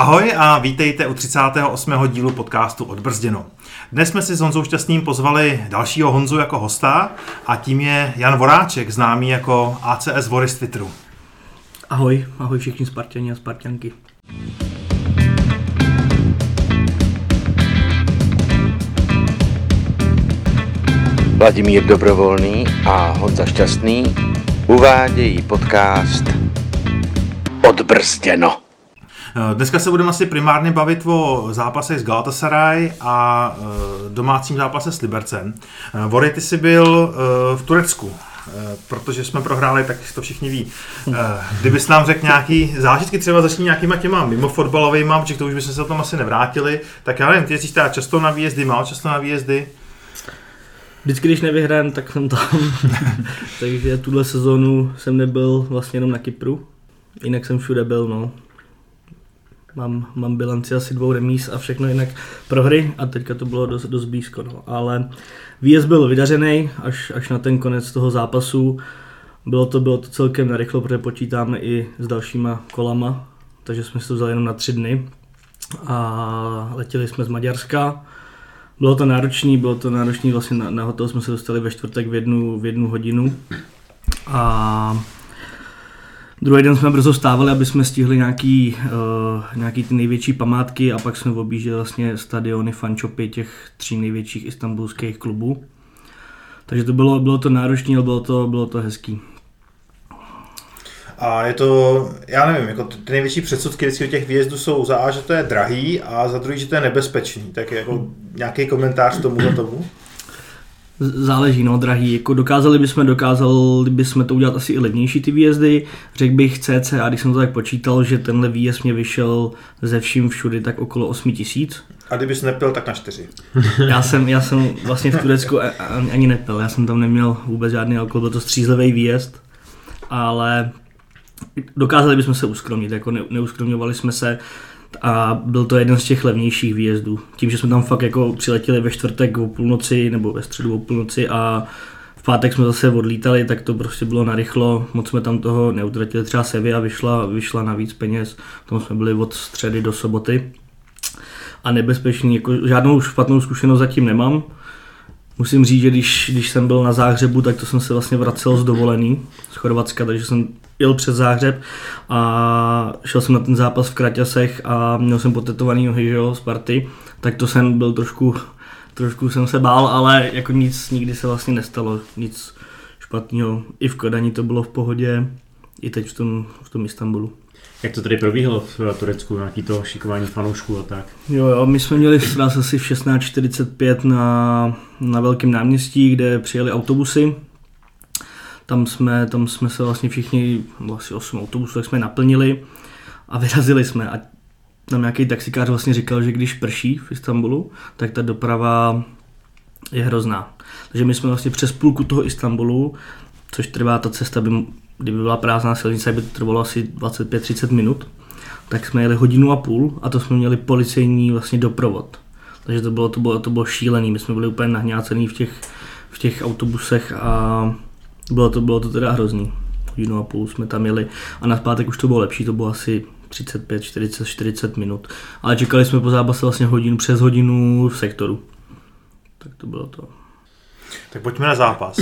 Ahoj a vítejte u 38. dílu podcastu Odbrzděno. Dnes jsme si s Honzou Šťastným pozvali dalšího Honzu jako hosta a tím je Jan Voráček, známý jako ACS Vory z Twitteru. Ahoj, ahoj všichni Sparťani a Sparťanky. Vladimír Dobrovolný a Honza Šťastný uvádějí podcast Odbrzděno. Dneska se budeme asi primárně bavit o zápasech s Galatasaray a domácím zápase s Libercem. Vory, ty jsi byl v Turecku, protože jsme prohráli, tak to všichni ví. Kdybys nám řekl nějaký zážitky, třeba začni nějakýma těma mimo fotbalovejma, protože to už bychom se o tom asi nevrátili, tak já nevím, ty jezdíš teda často na výjezdy, málo často na výjezdy? Vždycky, když nevyhrám, tak jsem tam. Takže tuhle sezónu jsem nebyl vlastně jenom na Kypru, jinak jsem všude byl, no. Mám bilanci asi 2 remíz a všechno jinak prohry a teďka to bylo dost blízko, no. Ale výjezd byl vydařený až na ten konec toho zápasu. Bylo to celkem narychlo, protože počítáme i s dalšíma kolama, takže jsme si to vzali jenom na 3 dny a letěli jsme z Maďarska. Bylo to náročný vlastně na hotel jsme se dostali ve čtvrtek v jednu hodinu a druhý den jsme brzo vstávali, aby jsme stihli nějaký ty největší památky a pak jsme objížděli vlastně stadiony, fanshopy těch 3 největších istanbulských klubů. Takže to bylo to náročné, ale bylo to hezký. A je to, já nevím, jako ty největší předsudky vždycky u těch výjezdů jsou za A, že to je drahý a za druhý, že to je nebezpečný. Tak jako nějaký komentář tomu za tomu? Záleží, no, drahý. Jako dokázali bychom to udělat asi i levnější ty výjezdy. Řekl bych cca, když jsem to tak počítal, že tenhle výjezd mě vyšel ze vším všudy tak okolo 8 000. A kdybys nepil, tak na 4. Já jsem vlastně v Turecku ani nepil, já jsem tam neměl vůbec žádný alkohol, byl to střízlivý výjezd, ale dokázali bychom se uskromnit, jako neuskromňovali jsme se a byl to jeden z těch levnějších výjezdů. Tím, že jsme tam fakt jako přiletěli ve čtvrtek o půlnoci nebo ve středu o půlnoci a v pátek jsme zase odlítali, tak to prostě bylo narychlo, moc jsme tam toho neutratili, třeba Sevilla vyšla na víc peněz, tam jsme byli od středy do soboty a nebezpečný, jako žádnou špatnou zkušenost zatím nemám. Musím říct, že když jsem byl na Záhřebu, tak to jsem se vlastně vracel z dovolený z Chorvatska, takže jsem jel přes Záhřeb a šel jsem na ten zápas v Kraťasech a měl jsem potetovaný nohy, že jo, z party, tak to jsem byl trošku jsem se bál, ale jako nic nikdy se vlastně nestalo, nic špatného. I v Kodani to bylo v pohodě, i teď v tom Istanbulu. Jak to tady probíhalo v Turecku, nějaký to šikování fanoušků a tak? Jo, my jsme měli vás asi v 16:45 na Velkém náměstí, kde přijeli autobusy. Tam jsme se vlastně všichni, asi 8 autobusů, tak jsme naplnili a vyrazili jsme. A tam nějaký taxikář vlastně říkal, že když prší v Istanbulu, tak ta doprava je hrozná. Takže my jsme vlastně přes půlku toho Istanbulu, což trvá ta cesta, kdyby byla prázdná silnice, by to trvalo asi 25-30 minut, tak jsme jeli 1,5 hodiny a to jsme měli policejní vlastně doprovod. Takže to bylo šílený, my jsme byli úplně nahňácený v těch autobusech a bylo to teda hrozný. 1,5 hodiny jsme tam jeli a nazpátek už to bylo lepší, to bylo asi 35, 40 minut. Ale čekali jsme po zápase vlastně přes hodinu v sektoru. Tak to bylo to. Tak pojďme na zápas.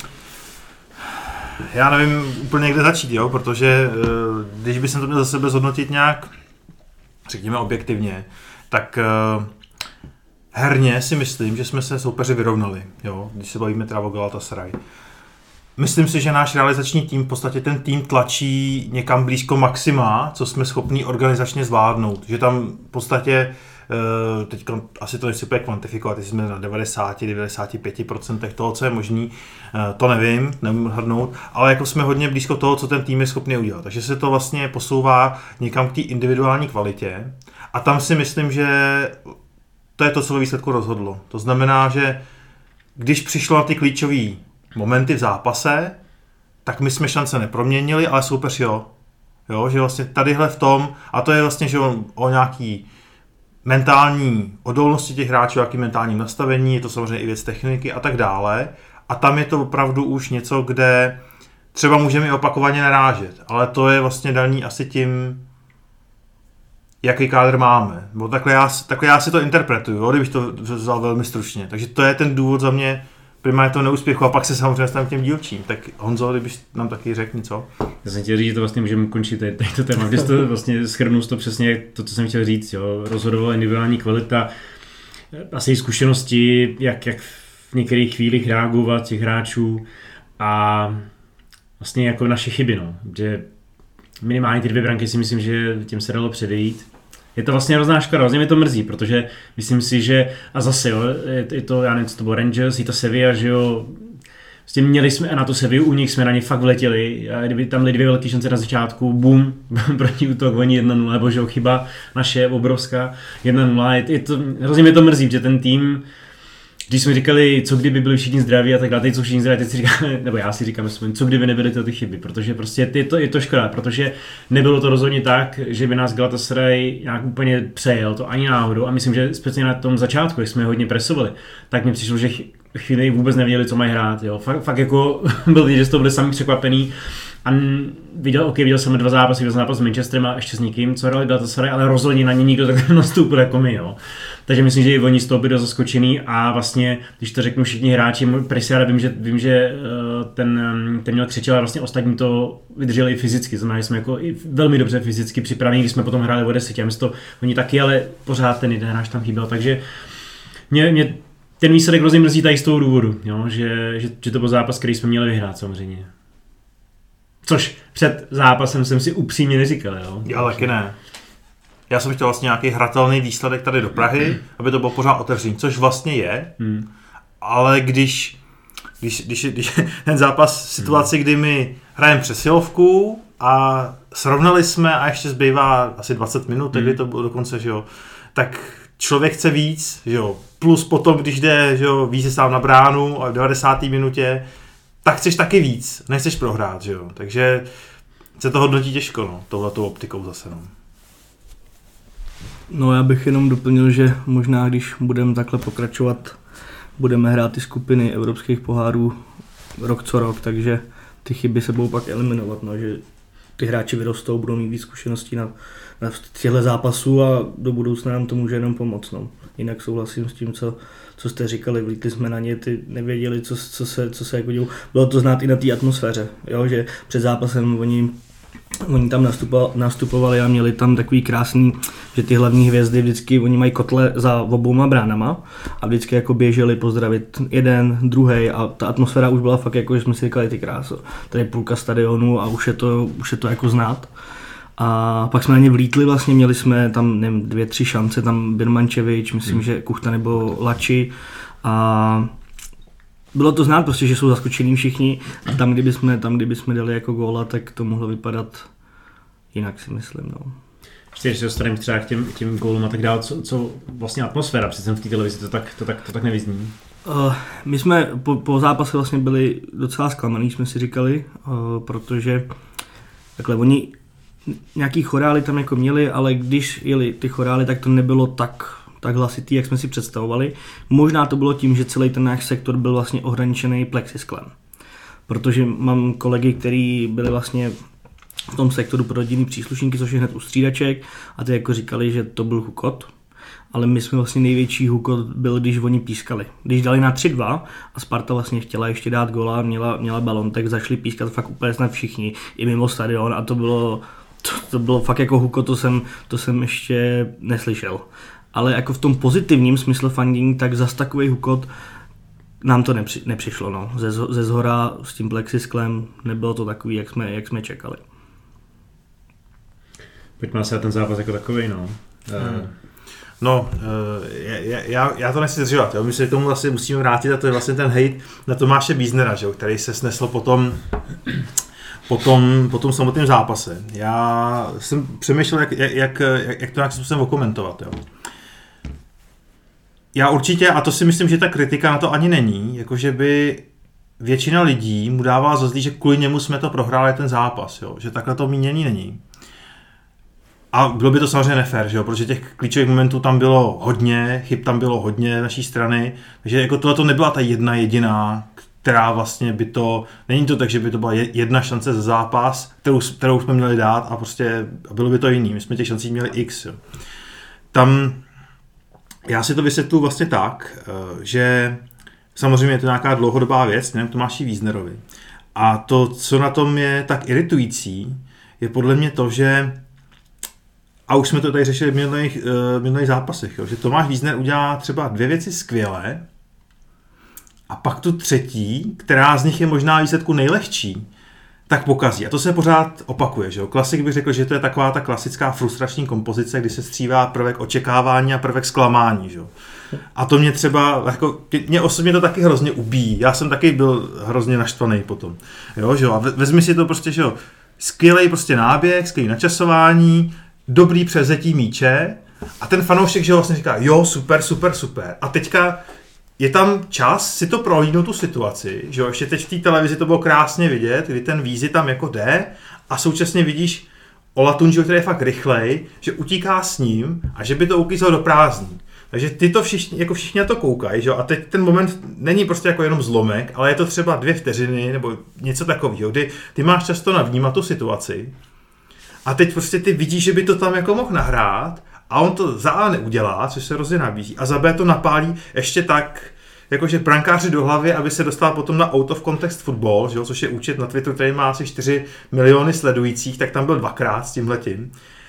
Já nevím úplně, kde začít, jo, protože když bych to měl za sebe zhodnotit nějak, řekněme objektivně, tak herně si myslím, že jsme se soupeři vyrovnali, jo, když se bavíme teda o Galatasaray. Myslím si, že náš realizační tým, v podstatě ten tým tlačí někam blízko maxima, co jsme schopni organizačně zvládnout. Že tam v podstatě, teď asi to nechci kvantifikovat, jestli jsme na 90-95% toho, co je možný, to nevím, nemůžu hrnout, ale jako jsme hodně blízko toho, co ten tým je schopný udělat. Takže se to vlastně posouvá někam k té individuální kvalitě a tam si myslím, že to je to, co ve výsledku rozhodlo. To znamená, že když přišlo na ty klíčové momenty v zápase, tak my jsme šance neproměnili, ale soupeř jo. Jo, že vlastně tadyhle v tom, a to je vlastně, že o nějaký mentální odolnosti těch hráčů, jaký mentálním nastavení, je to samozřejmě i věc techniky a tak dále. A tam je to opravdu už něco, kde třeba můžeme i opakovaně narážet, ale to je vlastně daný asi tím, jaký kádr máme. Bo takhle já si to interpretuju, jo, kdybych to vzal velmi stručně. Takže to je ten důvod za mě primárně toho neúspěchu a pak se samozřejmě stavím těm dílčím. Tak Honzo, kdybyš nám taky řekl něco. Já jsem chtěl říct, že to vlastně můžeme končit tady to téma, když to vlastně shrnu to přesně to, co jsem chtěl říct. Jo. Rozhodovala individuální kvalita, asi zkušenosti, jak v některých chvílích reagovat těch hráčů a vlastně jako naše chyby, no. Že minimálně ty 2 branky si myslím, že tím se dalo předejít. Je to vlastně hrozná škoda, vlastně mě to mrzí, protože myslím si, že a zase jo, je to, já nevím, co to bylo, Rangers, je to Sevilla, že jo, vlastně měli jsme na to Sevillu, u nich jsme na ně fakt vletěli, a kdyby tam byly 2 velké šance na začátku, bum, proti útok, oni 1-0, nebo že jo, chyba naše obrovská, 1-0, je to, hrozně mě to mrzí, že ten tým, když jsme říkali, co kdyby byli všichni zdraví a tak dále, teď jsou všichni zdraví, teď si říkáme, nebo já si říkám, co kdyby nebyly ty chyby, protože prostě je to škoda, protože nebylo to rozhodně tak, že by nás Galatasaray nějak úplně přejel, to ani náhodou a myslím, že speciálně na tom začátku, když jsme hodně presovali, tak mi přišlo, že chvíli vůbec nevěděli, co mají hrát, jo. Fakt jako byl vidět, že to byli sami překvapený a viděl jsem 2 zápasy, viděl zápas s Manchesterem a ještě s nikým, co hrali Galatasaray, ale rozhodně na ně nikdo takhle nastoupil jako my, jo. Takže myslím, že i oni z toho byli zaskočený a vlastně, když to řeknu všichni hráči, Presiara vím, že ten měl křičel a vlastně ostatní to vydrželi i fyzicky, znamená, že jsme jako i velmi dobře fyzicky připraveni, když jsme potom hráli o 10, a to oni taky, ale pořád ten jeden hráč tam chyběl, takže mě ten výsledek hrozně mrzí tady z toho důvodu, jo, že to byl zápas, který jsme měli vyhrát samozřejmě. Což před zápasem jsem si upřímně neříkal, jo. Já taky ne. Já jsem chtěl vlastně nějaký hratelný výsledek tady do Prahy, aby to bylo pořád otevřený, což vlastně je, ale když ten zápas situaci, kdy my hrajeme přesilovku a srovnali jsme a ještě zbývá asi 20 minut, kdy to bylo dokonce, že jo, tak člověk chce víc, že jo, plus potom, když jde, že jo, víc sám na bránu a v 90. minutě, tak chceš taky víc, nechceš prohrát, že jo, takže se to hodnotí těžko, no, touhletou optikou zase, no. No já bych jenom doplnil, že možná když budeme takhle pokračovat, budeme hrát ty skupiny evropských pohárů rok co rok, takže ty chyby se budou pak eliminovat, no, že ty hráči vyrostou, budou mít víc zkušeností na těchto zápasů a do budoucna nám to může jenom pomoct. No. Jinak souhlasím s tím, co jste říkali, vlítli jsme na ně, ty nevěděli, co se jako dělo. Bylo to znát i na té atmosféře, jo, že před zápasem oni tam nastupovali a měli tam takový krásný, že ty hlavní hvězdy vždycky, oni mají kotle za obouma bránama a vždycky jako běželi pozdravit jeden, druhej a ta atmosféra už byla fakt jako, že jsme si říkali ty kráso, tady je půlka stadionu a už je to jako znát. A pak jsme na ně vlítli, vlastně měli jsme tam, nevím, 2-3 šance, tam Birmančevič, myslím, že Kuchta nebo Lači a bylo to znát prostě, že jsou zaskočení všichni a tam, kdyby jsme dali jako góla, tak to mohlo vypadat jinak, si myslím, no. Ještě se dostaneme třeba k těm gólům a tak dále, co vlastně atmosféra, přece v té televizi to tak nevyzní. My jsme po zápase vlastně byli docela zklamaný, jsme si říkali, protože takhle oni nějaký chorály tam jako měli, ale když jeli ty chorály, tak to nebylo tak hlasitý, jak jsme si představovali. Možná to bylo tím, že celý ten náš sektor byl vlastně ohraničený plexisklem. Protože mám kolegy, kteří byli vlastně v tom sektoru pro rodinný příslušníky, což je hned u střídaček, a ty jako říkali, že to byl hukot. Ale my jsme vlastně největší hukot byl, když oni pískali. Když dali na 3-2 a Sparta vlastně chtěla ještě dát gola, měla balon, tak začali pískat fakt úplně snad všichni, i mimo stadion, a to bylo fakt jako hukot, to jsem ještě neslyšel. Ale jako v tom pozitivním smyslu fandění, tak zas takovej hukot nám to nepřišlo. No. Ze zhora s tím plexisklem nebylo to takový, jak jsme čekali. Pojďme se na ten zápas jako takovej, no. No, já to nechci zdržovat, my se k tomu vlastně musíme vrátit a to je vlastně ten hejt na Tomáše Bíznera, že, který se snesl po tom samotném zápase. Já jsem přemýšlel, jak to nějakým způsobem okomentovat. Jo. Já určitě, a to si myslím, že ta kritika na to ani není, jakože by většina lidí mu dává za zlý, že kvůli němu jsme to prohráli ten zápas, jo, že takhle to mínění není. A bylo by to samozřejmě nefér, že jo, protože těch klíčových momentů tam bylo hodně, chyb tam bylo hodně z naší strany, takže jako tohle to nebyla ta jedna jediná, která vlastně by to, není to tak, že by to byla jedna šance za zápas, kterou jsme měli dát a prostě bylo by to jiný. My jsme těch šancí měli x. Jo. Tam já si to vysvětluji vlastně tak, že samozřejmě je to nějaká dlouhodobá věc, nevím, Tomáši Wiesnerovi. A to, co na tom je tak iritující, je podle mě to, že a už jsme to tady řešili v minulých zápasech, jo, že Tomáš Wiesner udělá třeba 2 věci skvěle a pak tu třetí, která z nich je možná výsledku nejlehčí, tak pokazí. A to se pořád opakuje. Že jo? Klasik bych řekl, že to je taková ta klasická frustrační kompozice, kdy se střívá prvek očekávání a prvek zklamání. Že jo? A to mě třeba, jako, mě osobně to taky hrozně ubíjí. Já jsem taky byl hrozně naštvaný potom. Jo, že jo? A vezmi si to prostě, že jo, skvělej prostě náběh, skvělý načasování, dobrý převzetí míče a ten fanoušek, že jo, vlastně říká, jo, super. A teďka je tam čas si to prohlídnout tu situaci, že jo, ještě teď v té televizi to bylo krásně vidět, kdy ten Wiesy tam jako jde a současně vidíš Olatunjiho, který je fakt rychlej, že utíká s ním a že by to uklízelo do prázdní. Takže ty to všichni na to koukají, že jo, a teď ten moment není prostě jako jenom zlomek, ale je to třeba 2 vteřiny nebo něco takového, kdy ty máš často navnímat tu situaci a teď prostě ty vidíš, že by to tam jako mohl nahrát a on to za A neudělá, což se hrozně nabízí, a za B to napálí ještě tak, jakože brankáři do hlavy, aby se dostal potom na Out of Context Football, že jo, což je účet na Twitteru, který má asi 4 miliony sledujících, tak tam byl 2krát s tímhletím.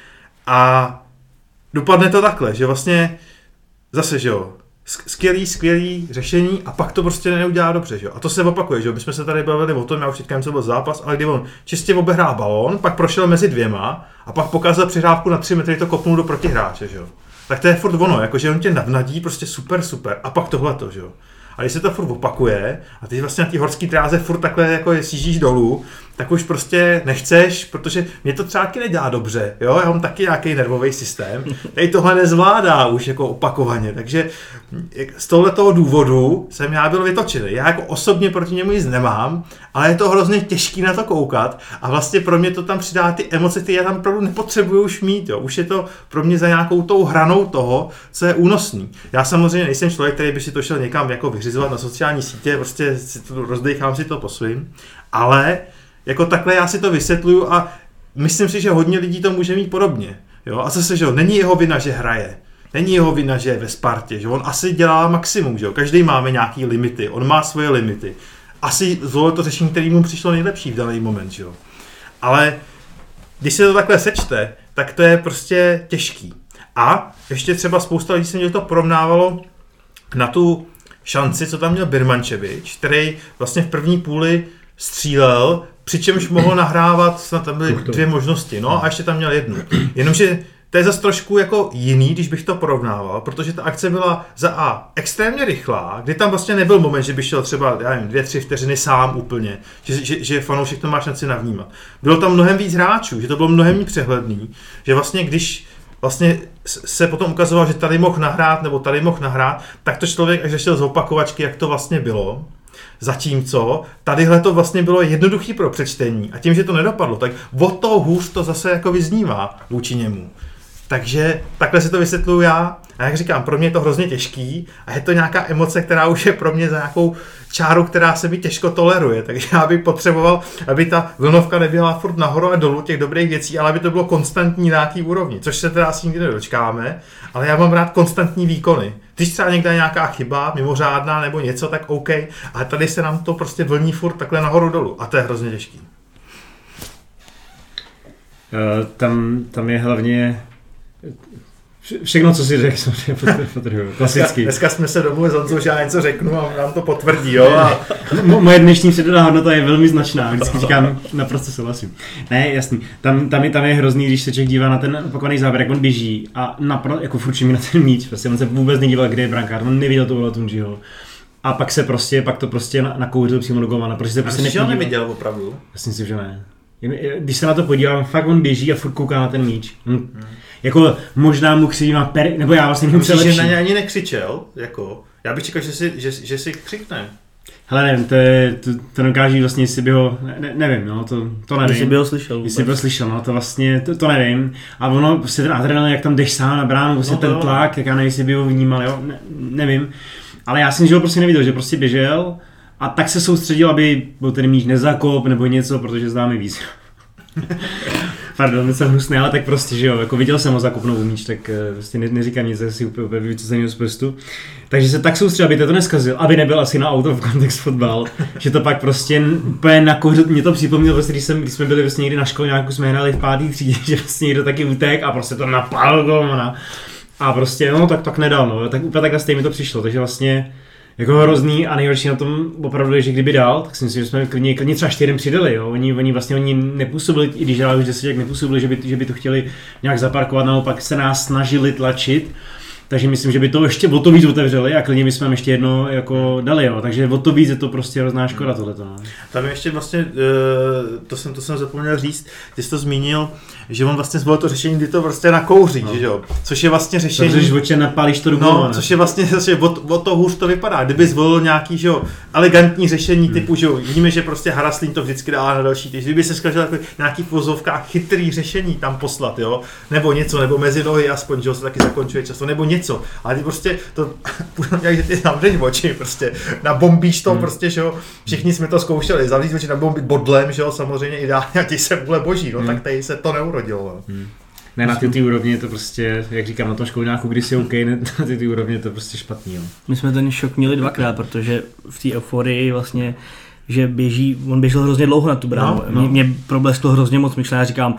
A dopadne to takhle, že vlastně zase, že jo, skvělý řešení a pak to prostě neudělá dobře, že jo. A to se opakuje, že jo. My jsme se tady bavili o tom, já už teďka, co byl zápas, ale kdy on čistě obehrál balón, pak prošel mezi 2 a pak pokázal přihrávku na 3 metry, to kopnul do protihráče, že jo. Tak to je furt ono, jakože on tě navnadí prostě super a pak tohleto, že jo. A když se to furt opakuje a ty vlastně na té horské dráze furt takhle jako sjíždíš dolů, tak už prostě nechceš, protože mě to třeba taky nedělá dobře, jo, já mám taky nějaký nervový systém, tady tohle nezvládá už jako opakovaně, takže z tohletoho důvodu jsem já byl vytočený. Já jako osobně proti němu nic nemám, ale je to hrozně těžký na to koukat a vlastně pro mě to tam přidá ty emoce, které já tam opravdu nepotřebuju už mít, jo. Už je to pro mě za nějakou tou hranou toho, co je únosný. Já samozřejmě nejsem člověk, který by si to šel někam jako vyřizovat na sociální sítě, prostě si to rozdejchám si to po svým, ale jako takhle já si to vysvětluju a myslím si, že hodně lidí to může mít podobně. Jo? A zase, že jo, není jeho vina, že hraje. Není jeho vina, že je ve Spartě. Že? On asi dělá maximum. Že jo? Každý máme nějaký limity. On má svoje limity. Asi zvolil to řešení, který mu přišlo nejlepší v daný moment. Že jo? Ale když se to takhle sečte, tak to je prostě těžký. A ještě třeba spousta lidí se mě to porovnávalo na tu šanci, co tam měl Birmančevič, který vlastně v první půli střílel, přičemž mohl nahrávat, snad tam byly 2 možnosti, no a ještě tam měl 1. Jenomže to je zase trošku jako jiný, když bych to porovnával, protože ta akce byla za A extrémně rychlá, kdy tam vlastně nebyl moment, že by šel třeba, já nevím, 2-3 vteřiny sám úplně, že fanoušek to má šanci navnímat. Bylo tam mnohem víc hráčů, že to bylo mnohem přehledný, že vlastně když vlastně se potom ukazoval, že tady mohl nahrát nebo tady mohl nahrát, tak to člověk až řešil z opakovačky, jak to vlastně bylo. Zatímco tadyhle to vlastně bylo jednoduchý pro přečtení a tím, že to nedopadlo, tak o to hůř to zase jako vyznívá vůči němu. Takže takhle si to vysvětluju já a jak říkám, pro mě je to hrozně těžký a je to nějaká emoce, která už je pro mě za nějakou čáru, která se mi těžko toleruje, takže já bych potřeboval, aby ta vlnovka nebyla furt nahoru a dolů těch dobrých věcí, ale aby to bylo konstantní nějaký úrovni, což se teda asi nikdy nedočkáme, ale já mám rád konstantní výkony. Když třeba někde je nějaká chyba, mimořádná nebo něco, tak OK, ale tady se nám to prostě vlní furt takhle nahoru dolů a to je hrozně těžký. Tam je hlavně všechno, co si řekl, samozřejmě potrhuju. Klasicky. Dneska jsme se domluvili s Honzou, že já něco řeknu a nám to potvrdí, jo? A... Moje dnešní předaná hodnota je velmi značná, vždycky říkám, naprosto souhlasím. Ne, jasný, tam je hrozný, když se člověk dívá na ten opakovaný záběr, jak on běží a jako furt mi na ten míč, prostě on se vůbec nedíval, kde je brankář, on neviděl to Olatunjiho. A pak to prostě nakouřil přímo do góla, protože se prostě nepodíval. Neviděl opravdu? Já si myslím, že ne. Když se na to podívám, fakt on běží a furt kouká na ten míč. Jako možná mu křičí nebo já vlastně nevím, co je lepší. Že na ně ani nekřičel, jako. Já bych čekal, že si křikne. Hele, nevím, to dokáží vlastně, jestli by ho, nevím, no, to nevím. Jestli by ho slyšel. Jestli by ho slyšel, no, to vlastně, to nevím. A ono, prostě ten adrenalin, jak tam jdeš sám na bránu, prostě ten tlak, jak já nevím, jestli by ho vnímal, jo, nevím. Ale já jsem, že ho prostě neviděl, že prostě běžel a tak se soustředil, aby byl ten míč nezakop nebo něco, protože známe víc. Pardon, jsem hnusný, ale tak prostě, že jo, jako viděl jsem ho zakopnout míč, tak prostě neříkám nic, asi úplně vycuceného z prstu. Takže se tak soustředil, aby to neskazil, aby nebyl asi na out of context fotbal, že to pak prostě úplně nakořil, mě to připomnělo, prostě, když jsme byli vlastně někdy na škole, nějakou jsme hráli v 5. třídě, že vlastně někdo taky utek a prostě to napál golmana. A prostě, no tak nedal, no, tak úplně takhle stejně mi to přišlo, takže vlastně jako hrozný a nejhorší na tom opravdu je, že kdyby dál, tak si myslím, že jsme klidně třeba 4 přidali, jo. Oni nepůsobili, i když dělali už 10, jak nepůsobili, že by to chtěli nějak zaparkovat, naopak se nás snažili tlačit. Takže myslím, že by to ještě o to víc otevřeli a klidně bychom ještě jedno jako dali, jo. Takže o to víc je to prostě hrozná škoda tohleto. No. Tam ještě vlastně, to jsem zapomněl říct, ty jsi to zmínil, že on vlastně zvolil to řešení, kdy to prostě nakouří, no. Že jo? Což je vlastně řešení. Protože v oči napálíš to do no, což je vlastně o to hůř to vypadá. Kdyby zvolil nějaký, že jo, elegantní řešení typu, že jo, víme, že prostě Haraslín to vždycky dá na další týž. Kdyby se zkažil nějaký v vozovkách chytrý řešení tam poslat, jo, nebo něco, nebo mezi nohy aspoň, že jo, se taky zakončuje často, nebo něco. Ale ty prostě to nějak, že ty zavřeš oči, prostě nabombíš to, prostě, že jo, všichni jsme to zkoušeli, zavřít oči, nabombit bodlem, že jo, samozřejmě ideálně, a ti se vůle boží, no, tak tady se to neurodilo. No. Ne, na ty úrovni je to prostě, jak říkám, na tom školňáku, když si OK, ne, na ty úrovni je to prostě špatný. Jo. My jsme ten šok měli 2krát, protože v té euforii vlastně, že on běžel hrozně dlouho na tu bránu. No. Mě problesklo hrozně moc myšlení, já říkám,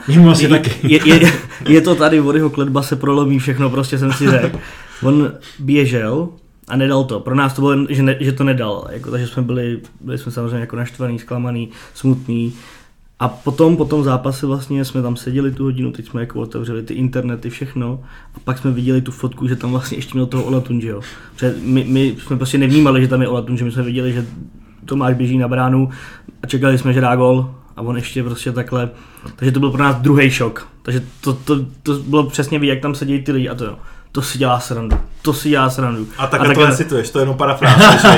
je to tady, od jeho kletba se prolomí všechno, prostě jsem si řekl. On běžel a nedal to. Pro nás to bylo, že to nedal, jako, takže byli jsme samozřejmě jako naštvaný, zklamaný, smutný. A potom po tom zápase vlastně jsme tam seděli tu hodinu, teď jsme jako otevřeli ty internety, všechno a pak jsme viděli tu fotku, že tam vlastně ještě měl toho Olatunji, jo. My jsme prostě nevnímali, že tam je Olatunji, my jsme viděli, že Tomáš běží na bránu a čekali jsme, že dá gól a on ještě prostě takhle, takže to byl pro nás druhý šok, takže to bylo přesně vidět, jak tam sedějí ty lidi a to jo. To si dělá srandu. A takhle to necituješ, to je jenom parafráze.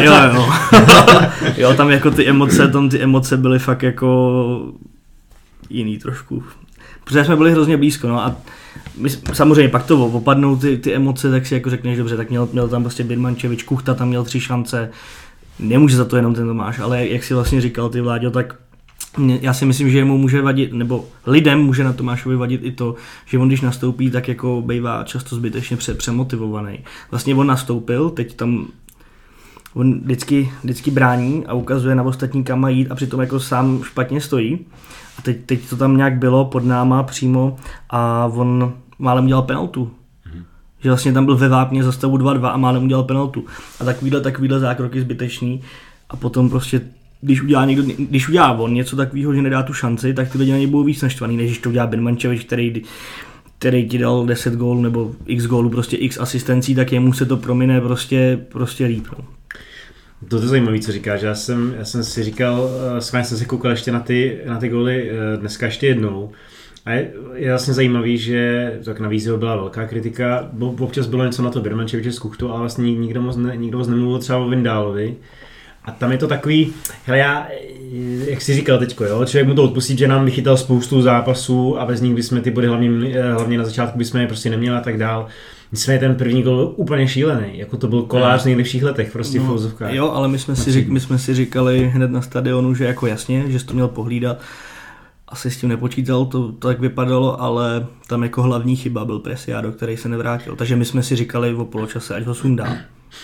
jo, tam jako ty emoce byly fakt jako jiný trošku. Protože jsme byli hrozně blízko, no a my, samozřejmě pak to opadnou ty emoce, tak si jako řekneš dobře, tak měl tam prostě Birmančevič, Kuchta tam měl 3 šance, nemůže za to jenom ten Tomáš, ale jak si vlastně říkal ty Vláďo, tak já si myslím, že mu může vadit, nebo lidem může na Tomášovi vadit i to, že on když nastoupí, tak jako bývá často zbytečně přemotivovaný. Vlastně on nastoupil, teď tam on vždycky brání a ukazuje na ostatní, kam má jít a přitom jako sám špatně stojí. A teď to tam nějak bylo pod náma přímo a on málem udělal penaltu. Že vlastně tam byl ve vápně za stavu 2-2 a málem udělal penaltu. A takovýhle zákroky zbytečný a potom prostě když udělá on něco takového, že nedá tu šanci, tak ty lidi na něj budou víc naštvaný, než když to udělá Birmančevič, který ti dal 10 gólů nebo x gólů, prostě x asistencí, tak jemu se to promine prostě líp. No. To je zajímavé, co říkáš. Já jsem si říkal, jsem se koukal ještě na ty góly dneska ještě jednou. A je vlastně zajímavý, že tak na Víziho byla velká kritika, občas bylo něco na to Birmančeviče z Kuchtu, ale vlastně nikdo moc nemluvil třeba o Vindálovi. A tam je to takový, hele já, jak jsi říkal teďko, jo, člověk mu to odpustit, že nám vychytal spoustu zápasů a bez nich bychom ty body hlavně na začátku bychom je prostě neměli a tak dál. Nicméně ten první gol byl úplně šílený, jako to byl kolář v nejlepších letech, prostě v fouzovkách. Jo, ale my jsme si říkali hned na stadionu, že jako jasně, že jsi to měl pohlídat. Asi s tím nepočítal, to tak vypadalo, ale tam jako hlavní chyba byl Preciado, který se nevrátil. Takže my jsme si říkali o poločase, ať ho sundá.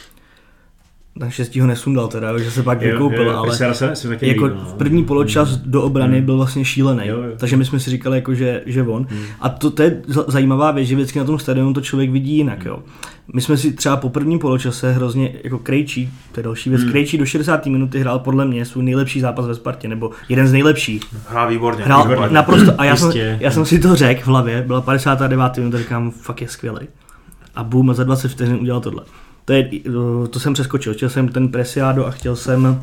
Naštěstí ho nesundal teda, že se pak vykoupil, ale jako v první poločas do obrany byl vlastně šílený. Takže my jsme si říkali, jako, že on. A to je zajímavá věc, že vždycky na tom stadionu to člověk vidí jinak. Jo. My jsme si třeba po prvním poločase hrozně, jako Krejčí, to je další věc, Krejčí do 60. minuty hrál podle mě svůj nejlepší zápas ve Spartě, nebo jeden z nejlepších. Hrál výborně. Naprosto, a já jsem si to řekl v hlavě, byla 59. minuta, říkám, fakt je skvělej. A boom, a za 20 vteřin udělal tohle. To jsem přeskočil, chtěl jsem ten Preciado a chtěl jsem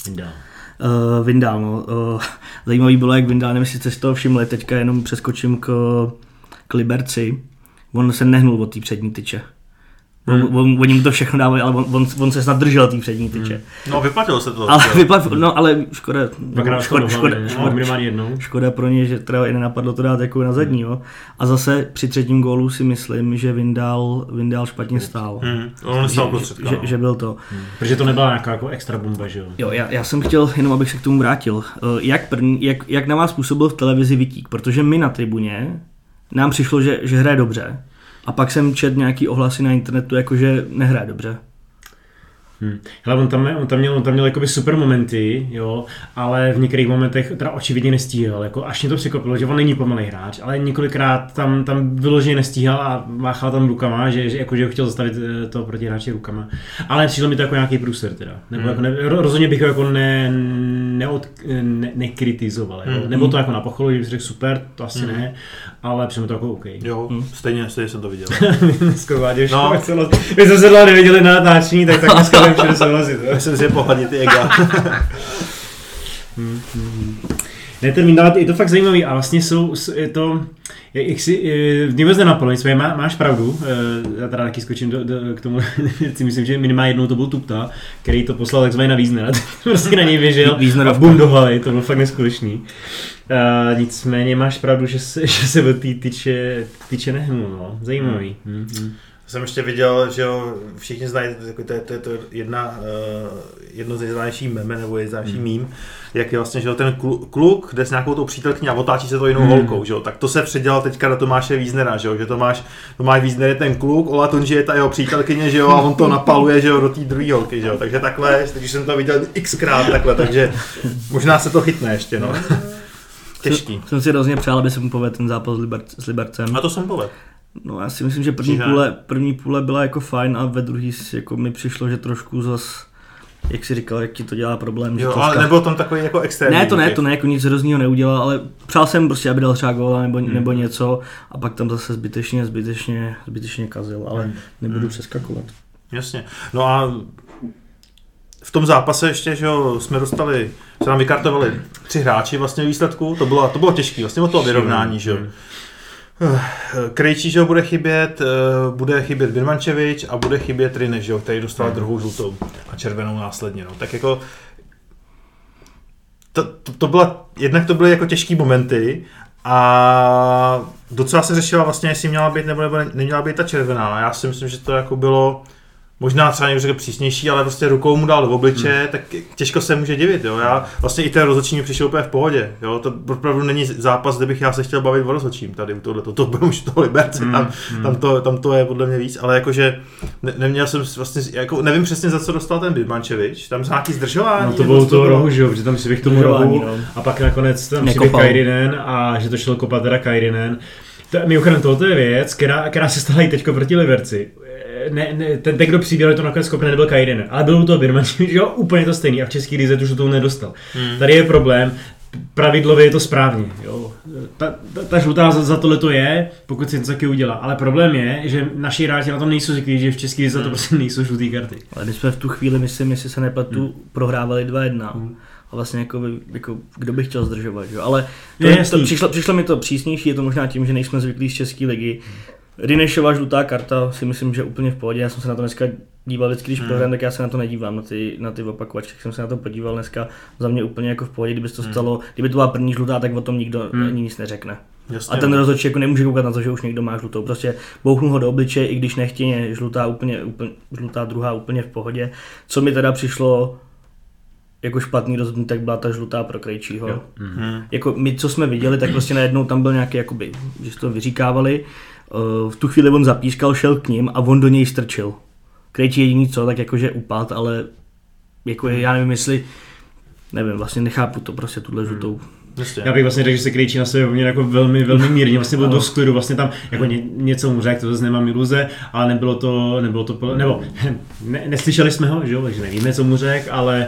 Vindál. No. Zajímavý bylo, jak Vindál, nevím, jestli jste si toho všimli, teďka jenom přeskočím k Liberci. On se nehnul od té přední tyče. Oni mu to všechno dávají, ale on se snad držel tý přední tyče. No, vyplatilo se to. Ale škoda. Škoda pro ně, že teda i nenapadlo to dát jako na zadní, jo. A zase při třetím gólu si myslím, že Vindal špatně stál. On stál prostředka. Že byl to. Protože to nebyla nějaká jako extra bomba, že jo? Jo, já jsem chtěl, jenom abych se k tomu vrátil. Jak na vás působil v televizi Vitík? Protože my na tribuně nám přišlo, že hraje dobře. A pak jsem četl nějaký ohlasy na internetu, jakože nehraje dobře. Hele, on tam měl jakoby super momenty, jo, ale v některých momentech teda očividně nestíhal. Jako, až mě to překvapilo, že on není pomalej hráč, ale několikrát tam vyloženě nestíhal a máchal tam rukama, že ho chtěl zastavit toho protihráče rukama. Ale přišlo mi to jako nějaký průser teda. Nebo jako rozhodně bych ho jako nekritizoval. Nebo to jako na pochvalu, že bych řekl super, to asi ne, ale přišlo mi to jako OK. Jo, stejně jsem to viděl. Dneska Váďo, my jsme se dlouho neviděli na natáčení, tak dneska nevím, všude souhlasit. Myslím si, že pohladit ty ega. Ne, ten Vindal, je to fakt zajímavý a vlastně je to, jak si, mě vůbec nenapadlo, nicméně máš pravdu, já teda taky skočím k tomu, myslím, že minimálně jednou to byl Tupta, který to poslal takzvaně na Wiesnera, prostě na něj běžel a bum do hlavy, to bylo fakt neskutečný. Nicméně máš pravdu, že se byl tyče nehnul, no, zajímavý. Jsem ještě viděl, že jo, všichni znají, to je jedno z nejznámějších meme nebo nejznámější mím, jak je vlastně, že jo, ten kluk jde s nějakou tou přítelkyní a otáčí se to jinou holkou, že jo, tak to se předělal teďka do Tomáše Wiesnera, že jo, že Tomáš Wiesner je ten kluk, Ola Tunži je ta jeho přítelkyně, že jo, a on to napaluje, že jo, do té druhé holky, že jo, takže takhle, když jsem to viděl xkrát takhle, takže možná se to chytne ještě, no. Těžký. Jsem si hrozně přál, aby se mu povedl ten zápas s Libercem. A to jsem povedl. No já si myslím, že první půle byla jako fajn a ve druhý jako mi přišlo, že trošku zas, jak jsi říkal, jak ti to dělá problém. Jo, ale nebyl tam takový jako extrémní. To ne, jako nic hroznýho neudělal, ale přál jsem prostě, aby dal třeba góla nebo něco a pak tam zase zbytečně kazil, ale nebudu přeskakovat. Jasně, no a v tom zápase ještě, že jo, se nám vykartovali 3 hráči vlastně výsledku, to bylo těžké, vlastně o toho vyrovnání, že jo. Krejčí, že bude chybět Birmančevič a bude chybět Rineš, že který dostal druhou žlutou a červenou následně. No. Tak jako jednak to byly jako těžký momenty a docela se řešila vlastně, jestli měla být nebo neměla být ta červená. Já si myslím, že to jako bylo možná třeba někdo řekl přísnější, ale prostě rukou mu dal do obliče, tak těžko se může divit, jo. Já vlastně i ten rozhodčí mi přišel úplně v pohodě, jo. To opravdu není zápas, kde bych já se chtěl bavit o rozhodčím tady u tohleto. To bylo už toho Liberce, tam to je podle mě víc, ale jakože neměl jsem vlastně, jako nevím přesně za co dostal ten Birmančevič, tam za nějaký zdržování. No to bylo toho rohu, že jo, protože tam si bych tomu rohu a pak nakonec tam přiběh Kairinen a že to šel kopat teda Kairinen. Mimochodem tohle je věc, která se stala i teďko proti Liberci. Ten, kdo přiběl, to nakonec kopne, nebyl Kairinen, ale byl to Birmančevič, jo, úplně to stejný a v český lize tu žlutou nedostal. Tady je problém, pravidlově je to správně, jo. Ta žlutá za tohle to je, pokud si něco taky udělá, ale problém je, že naši hráči na tom nejsou zvyklí, že v český lize to prostě nejsou žlutý karty. Ale když jsme v tu chvíli, myslím, jestli se nepletu, prohrávali 2-1. A vlastně jako kdo by chtěl zdržovat, jo? Ale přišlo mi to přísnější, je to možná tím, že nejsme zvyklí z české ligy. Rinešova žlutá karta si myslím, že úplně v pohodě, já jsem se na to dneska díval vždycky, když prohrám, tak já se na to nedívám, na ty opakovačky, jsem se na to podíval dneska, za mě úplně jako v pohodě, kdyby to stalo, kdyby to byla první žlutá, tak o tom nikdo ani nic neřekne. Jasně, a ten rozhodčí jako nemůže koukat na to, že už někdo má žlutou, prostě bouchnu ho do obličeje, i když nechtěně, žlutá druhá úplně v pohodě. Co mi teda přišlo jako špatný rozhodnutí, tak byla ta žlutá pro Krejčího. Jako my, co jsme viděli, tak prostě najednou tam byl nějaký, jakoby, že to vyříkávali, v tu chvíli on zapískal, šel k ním a on do něj strčil. Krejčí jediný co, tak jakože upad, ale jako já nevím, jestli, nevím, vlastně nechápu to prostě tuhle žlutou. Já bych vlastně řekl, že se Krejčí na sebe poměl jako velmi, velmi mírně, vlastně byl dost klidu, vlastně tam jako něco mu řekl, to zase nemám iluze, ale nebylo to, neslyšeli jsme ho, že jo, takže nevíme, co mu řekl,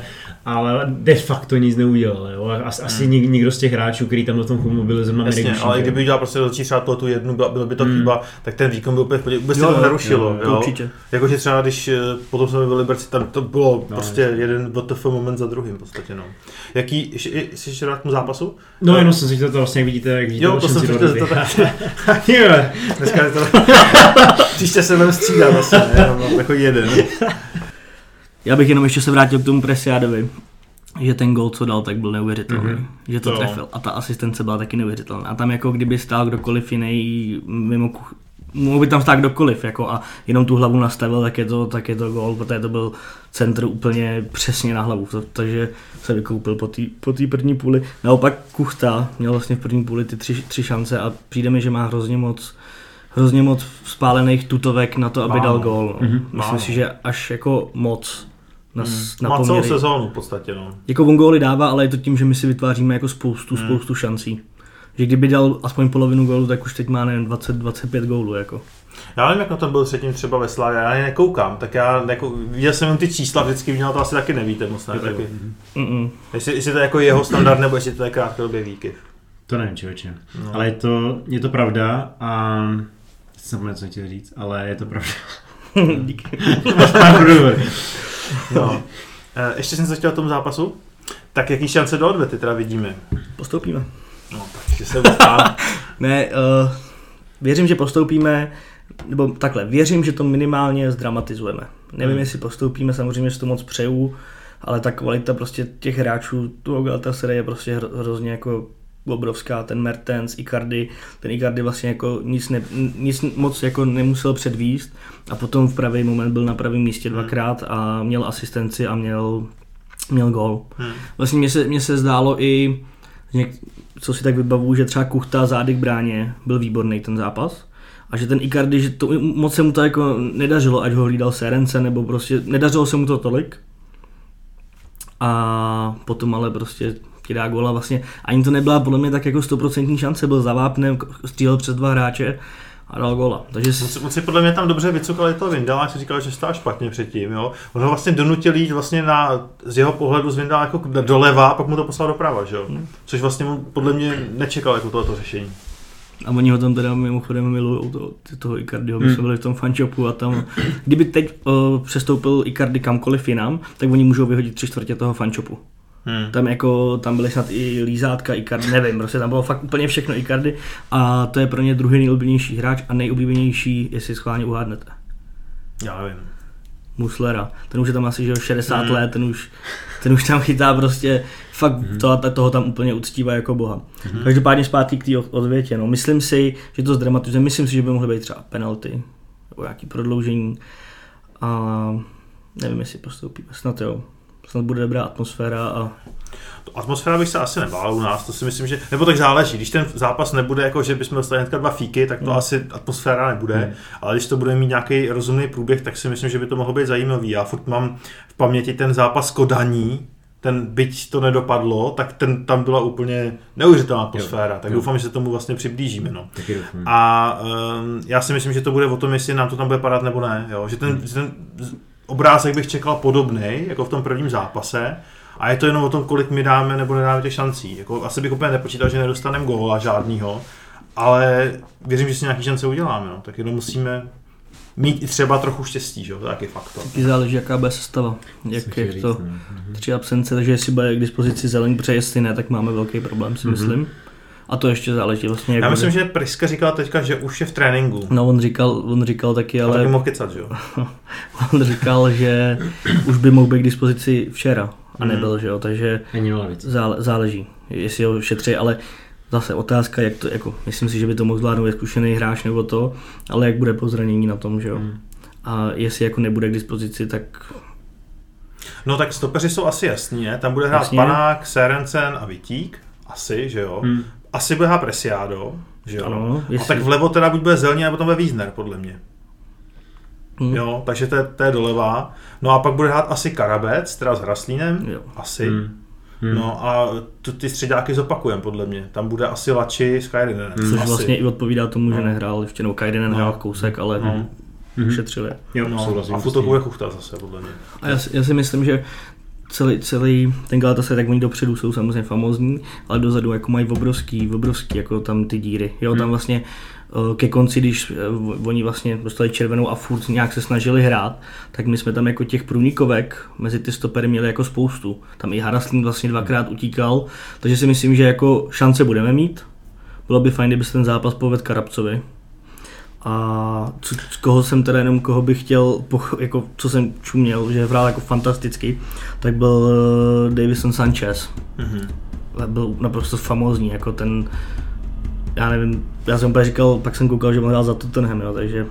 ale de facto nic neudělal. Jo? Asi nikdo z těch hráčů, který tam do tom klubu byli, zrovna Jasně, ale kdyby udělal prostě do třeba tu jednu, bylo by to chyba, tak ten výkon byl úplně v podě, vůbec se to nerušilo. Jo? Určitě. Jakože třeba když potom jsme byli Liberci, tam to bylo prostě jeden WTF moment za druhým v podstatě. No. Jaký, jsi ještě rád k tomu zápasu? No jenom jsem si chtěl to vlastně, jak vidíte jo, to jsem si chtěl to tak. Dneska je to příště se budeme střídat vlastně, jenom takový jeden. Já bych jenom ještě se vrátil k tomu Preciadovi, že ten gól, co dal, tak byl neuvěřitelný, že to trefil a ta asistence byla taky neuvěřitelná. A tam jako kdyby stál kdokoliv jiný mimo mohl by tam stát kdokoliv jako, a jenom tu hlavu nastavil, tak je to gól, protože to byl centr úplně přesně na hlavu, takže se vykoupil po té první půli. Naopak Kuchta měl vlastně v první půli ty tři šance a přijde mi, že má hrozně moc spálených tutovek na to, aby dal gól. No. Myslím si, že až jako moc má celou sezónu v podstatě. No. Jako on góly dává, ale je to tím, že my si vytváříme jako spoustu šancí. Že kdyby dal aspoň polovinu gólu, tak už teď má 20-25 gólů. Jako. Já nevím, jak na tom byl předtím třeba ve Slavě, já nekoukám, tak já viděl jsem jen ty čísla, vždycky viděl, to asi taky nevíte moc, ne? Taky. Jestli to je jako jeho standard, nebo jestli to je krátkodobý výkyv. To nevím, člověče. No. Ale je to pravda a jsem zapomněl, co chtěl říct, ale je to pravda. Díky. No. Ještě jsem se chtěl o tom zápasu. Tak jaký šance do odvety teda vidíme? Postoupíme. No, takže se dostává. Ne, věřím, že postoupíme, nebo takhle, věřím, že to minimálně zdramatizujeme. Nevím, jestli postoupíme, samozřejmě si to moc přeju, ale ta kvalita prostě těch hráčů, toho Galatasaray je prostě hrozně jako obrovská, ten Mertens, Icardi, ten Icardi vlastně jako nic moc jako nemusel předvíst a potom v pravý moment byl na pravém místě dvakrát a měl asistenci a měl gól. Vlastně mně se zdálo i, co si tak vybavuju, že třeba Kuchta zády k bráně byl výborný ten zápas a že ten Icardi, že to, moc se mu to jako nedařilo, ať ho hlídal Serence, nebo prostě nedařilo se mu to tolik a potom ale prostě ti dá góla vlastně, ani to nebyla podle mě tak jako 100% šance, byl za vápnem, střílel přes dva hráče a dal góla. Takže on si podle mě tam dobře vycukal i toho Vindala, jak si říkal, že stál špatně předtím, jo. On ho vlastně donutil jít vlastně z jeho pohledu z Vindala jako doleva, a pak mu to poslal doprava, že jo. Což vlastně podle mě nečekal jako tohleto řešení. A oni ho tam teda mimochodem milujou, toho Icardiho, my jsme byli v tom fanshopu a tam, kdyby teď přestoupil Icardi kamkoliv jinam, tak oni můžou vyhodit 3/4 toho fanshopu. Tam byly snad i lízátka Icardi, nevím, prostě tam bylo fakt úplně všechno Icardi a to je pro ně druhý nejoblíbenější hráč a nejoblíbenější, jestli schválně uhádnete. Já nevím. Muslera, ten už je tam asi že 60 let, ten už tam chytá prostě fakt toho tam úplně uctívá jako boha. Každopádně zpátky k té odvětě, no. Myslím si, že to zdramatizuje, myslím si, že by mohly být třeba penalty nebo nějaký prodloužení a nevím, jestli postoupíme, snad jo. Snad bude dobrá atmosféra a... Atmosféra bych se asi nebál u nás, to si myslím, že... Nebo tak záleží, když ten zápas nebude jako, že bychom dostali hnedka 2 fíky, tak to asi atmosféra nebude, ale když to bude mít nějaký rozumný průběh, tak si myslím, že by to mohlo být zajímavý. Já furt mám v paměti ten zápas Kodaní, ten byť to nedopadlo, tak tam byla úplně neuvěřitelná atmosféra, tak doufám, že se tomu vlastně přiblížíme. No. A já si myslím, že to bude o tom, jestli nám to tam bude padat nebo ne, jo? Že ten obrázek bych čekal podobný, jako v tom prvním zápase, a je to jenom o tom, kolik my dáme nebo nedáme těch šancí. Jako, asi bych úplně nepočítal, že nedostaneme góla žádnýho, ale věřím, že si nějaký šance uděláme. No. Tak jenom musíme mít i třeba trochu štěstí, že? To je taky faktor. Taky záleží, jaká bude sestava. Jak to 3 absence, takže jestli bude k dispozici zeleň, protože jestli ne, tak máme velký problém, si myslím. A to ještě záleží vlastně. Já myslím, že Priska říkal teďka, že už je v tréninku. No on říkal taky, ale... A taky mohl kecat, že jo? On říkal, že už by mohl být k dispozici včera a nebyl, že jo, takže záleží, jestli ho šetří, ale zase otázka, jak to, jako, myslím si, že by to mohl zvládnout zkušený hráč nebo to, ale jak bude po zranění na tom, že jo. A jestli jako nebude k dispozici, tak... No tak stopeři jsou asi jasní, ne? Tam bude hrát Panák, Serencen a Vitík, asi, že jo. Asi bude hrát Preciado, že jo. Ano, a tak vlevo teda buď bude Zelní, nebo tam bude Wiesner, podle mě. Jo, takže to je doleva. No a pak bude hrát asi Karabec, teda s Hraslínem, asi. No a ty středáky zopakujeme, podle mě. Tam bude asi Lači s Kairinen. Což vlastně i odpovídá tomu, že nehrál ještě, nebo Kairinen hrál kousek, ale šetřili. Jo, a v útoku bude Kuchta zase, podle mě. A já si myslím, že celý ten Galatasaray, tak oni dopředu jsou samozřejmě famózní, ale dozadu jako mají obrovský jako tam ty díry. Jo, tam vlastně ke konci, když oni vlastně dostali červenou a furt nějak se snažili hrát, tak my jsme tam jako těch průnikovek mezi ty stopery měli jako spoustu. Tam i Haraslín vlastně 2krát utíkal, takže si myslím, že jako šance budeme mít. Bylo by fajn, kdyby se ten zápas povedl Karabcovi. A koho bych chtěl, jako co jsem čuměl, že hrál jako fantasticky, tak byl Davinson Sanchez. Byl naprosto famózní, jako ten, já nevím, já jsem úplně říkal, pak jsem koukal, že on hrál za Tottenham, jo, takže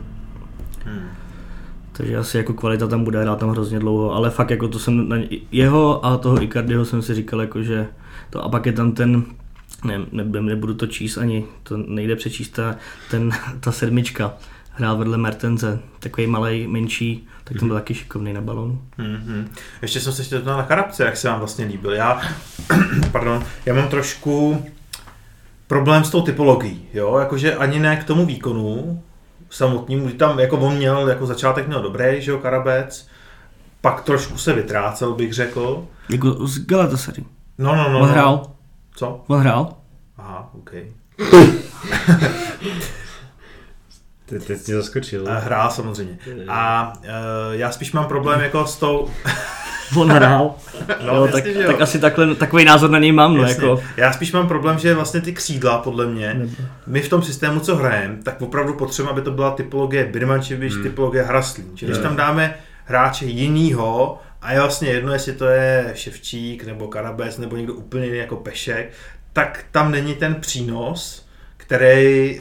asi jako kvalita tam bude, hrát tam hrozně dlouho, ale fakt jako to jsem na jeho a toho Icardiho jsem si říkal, jako, že to, a pak je tam ten, nebudu to číst ani, to nejde přečíst, ta sedmička, hrál vedle Mertense, takový malej, menší, tak ten byl taky šikovný na balónu. Ještě jsem se chtěl na Karabce, jak se vám vlastně líbil. Já mám trošku problém s tou typologií, jo, jakože ani ne k tomu výkonu samotnému, kdy tam jako on měl, jako začátek měl dobrý, že jo, Karabec, pak trošku se vytrácel, bych řekl. Jako z Galatasaray. No. On hrál. Co? On hrál. Aha, OK. Teď mě zaskočil. Hrál samozřejmě. A já spíš mám problém jako s tou... On hrál. No, jo, jasně, tak asi takový názor na něj mám. No, jako. Já spíš mám problém, že vlastně ty křídla, podle mě, my v tom systému, co hrajeme, tak opravdu potřebujeme, aby to byla typologie Birmančevič, typologie Haraslín. Čili když tam dáme hráče jinýho, a je vlastně jedno, jestli to je Ševčík, nebo Karabec, nebo někdo úplně jiný jako Pešek, tak tam není ten přínos, který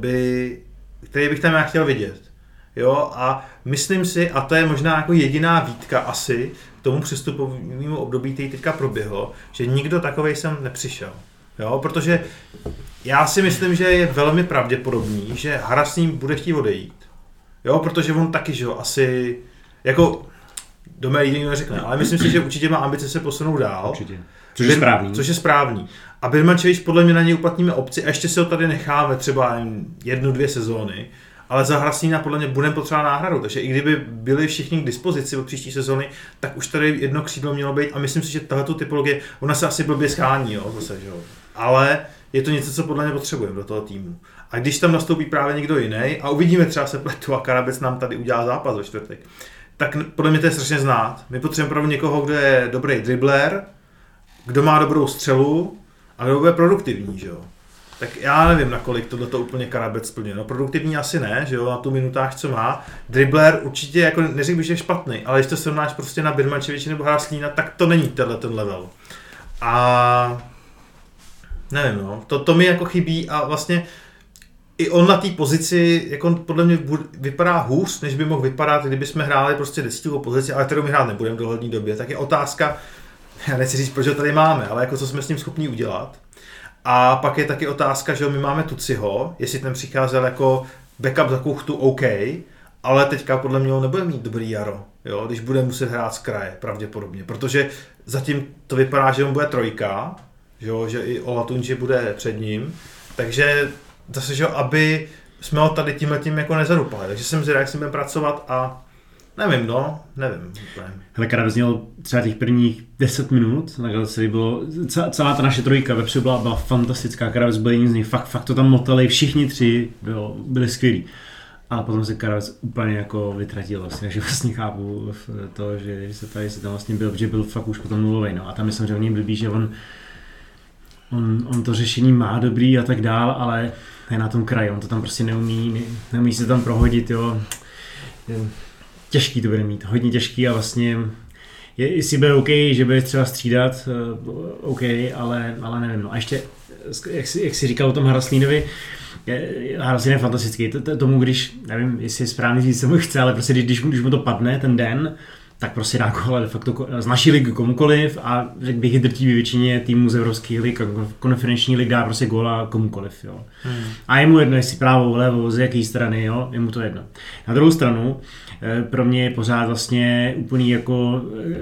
bych tam já chtěl vidět. Jo, a myslím si, a to je možná jako jediná výtka asi k tomu přestupovému období, který teďka proběhlo, že nikdo takovej sem nepřišel. Jo, protože já si myslím, že je velmi pravděpodobný, že Haraslín bude chtít odejít. Jo, protože on taky, že jo, asi jako do mé nikdo neřekne, ale myslím si, že určitě má ambice se posunout dál. Určitě. Což je správný. A Birmančevič podle mě na něj uplatníme opci a ještě si ho tady necháme třeba 1-2 sezóny, ale za Haraslína podle mě budeme potřebovat náhradu, takže i kdyby byli všichni k dispozici od příští sezóny, tak už tady jedno křídlo mělo být a myslím si, že tato typologie, ona se asi blbě schání, jo, zase, že jo. Ale je to něco, co podle mě potřebujeme do toho týmu. A když tam nastoupí právě někdo jiný a uvidíme, třeba se pletu a Karabec nám tady udělá zápas ve čtvrtek, tak podle mě to je strašně znát. My potřebujeme opravdu někoho, kdo je dobrý dribler, kdo má dobrou střelu a kdo bude produktivní, že jo. Tak já nevím, nakolik tohleto úplně Karabec splňuje. No produktivní asi ne, že jo, na tu minutách, co má. Dribbler určitě, jako neřekl bych, že je špatný, ale když to srovnáš prostě na Birmančeviče nebo Haraslína, tak to není ten level. A nevím, no, to mi jako chybí a vlastně i on na té pozici, jako podle mě vypadá hůř, než by mohl vypadat, kdyby jsme hráli prostě 10. pozici, ale kterou my hrát nebudeme v dohledné době. Tak je otázka, já nechci říct, proč ho tady máme, ale jako co jsme s ním schopni udělat. A pak je taky otázka, že my máme Tuciho, jestli ten přicházel jako backup za Kuchtu, OK, ale teďka podle mě on nebude mít dobrý jaro, jo, když bude muset hrát z kraje, pravděpodobně, protože zatím to vypadá, že on bude trojka, že i Olatunji bude před ním, takže zase, že aby jsme ho tady tímhletím jako nezadupali, takže jsem zvědavý, jak s ním budeme pracovat a nevím. Hele, Karabec měl třeba těch prvních 10 minut, na Galatasaray bylo, celá ta naše trojka vepředu byla fantastická, Karabec byl jedním z nich, fakt to tam motali, všichni tři byli skvělí. A potom se Karabec úplně jako vytratil vlastně, takže vlastně chápu to, že se tam vlastně byl, protože byl fakt už potom nulovej, no a tam je samozřejmě blbý, že on to řešení má dobrý a tak dál, ale je na tom kraji, on to tam prostě neumí se tam prohodit, jo. Těžký to bude mít, hodně těžký a vlastně jestli bude OK, že bude třeba střídat, OK, ale nevím. No a ještě, jak jsi říkal o tom Haraslínovi, Haraslín je fantastický, tomu když, nevím, jestli je správný říct, co mu chce, ale prostě když mu to padne ten den, tak prostě dá gól, de facto z naší ligy komukoliv a řekl bych i drtivé většině týmů z evropských lig, konferenční lig dá prostě góla komukoliv, jo. A je mu jedno, jestli právou, levou, z jaké strany, jo, je mu to jedno. Na druhou stranu, pro mě je pořád vlastně úplný jako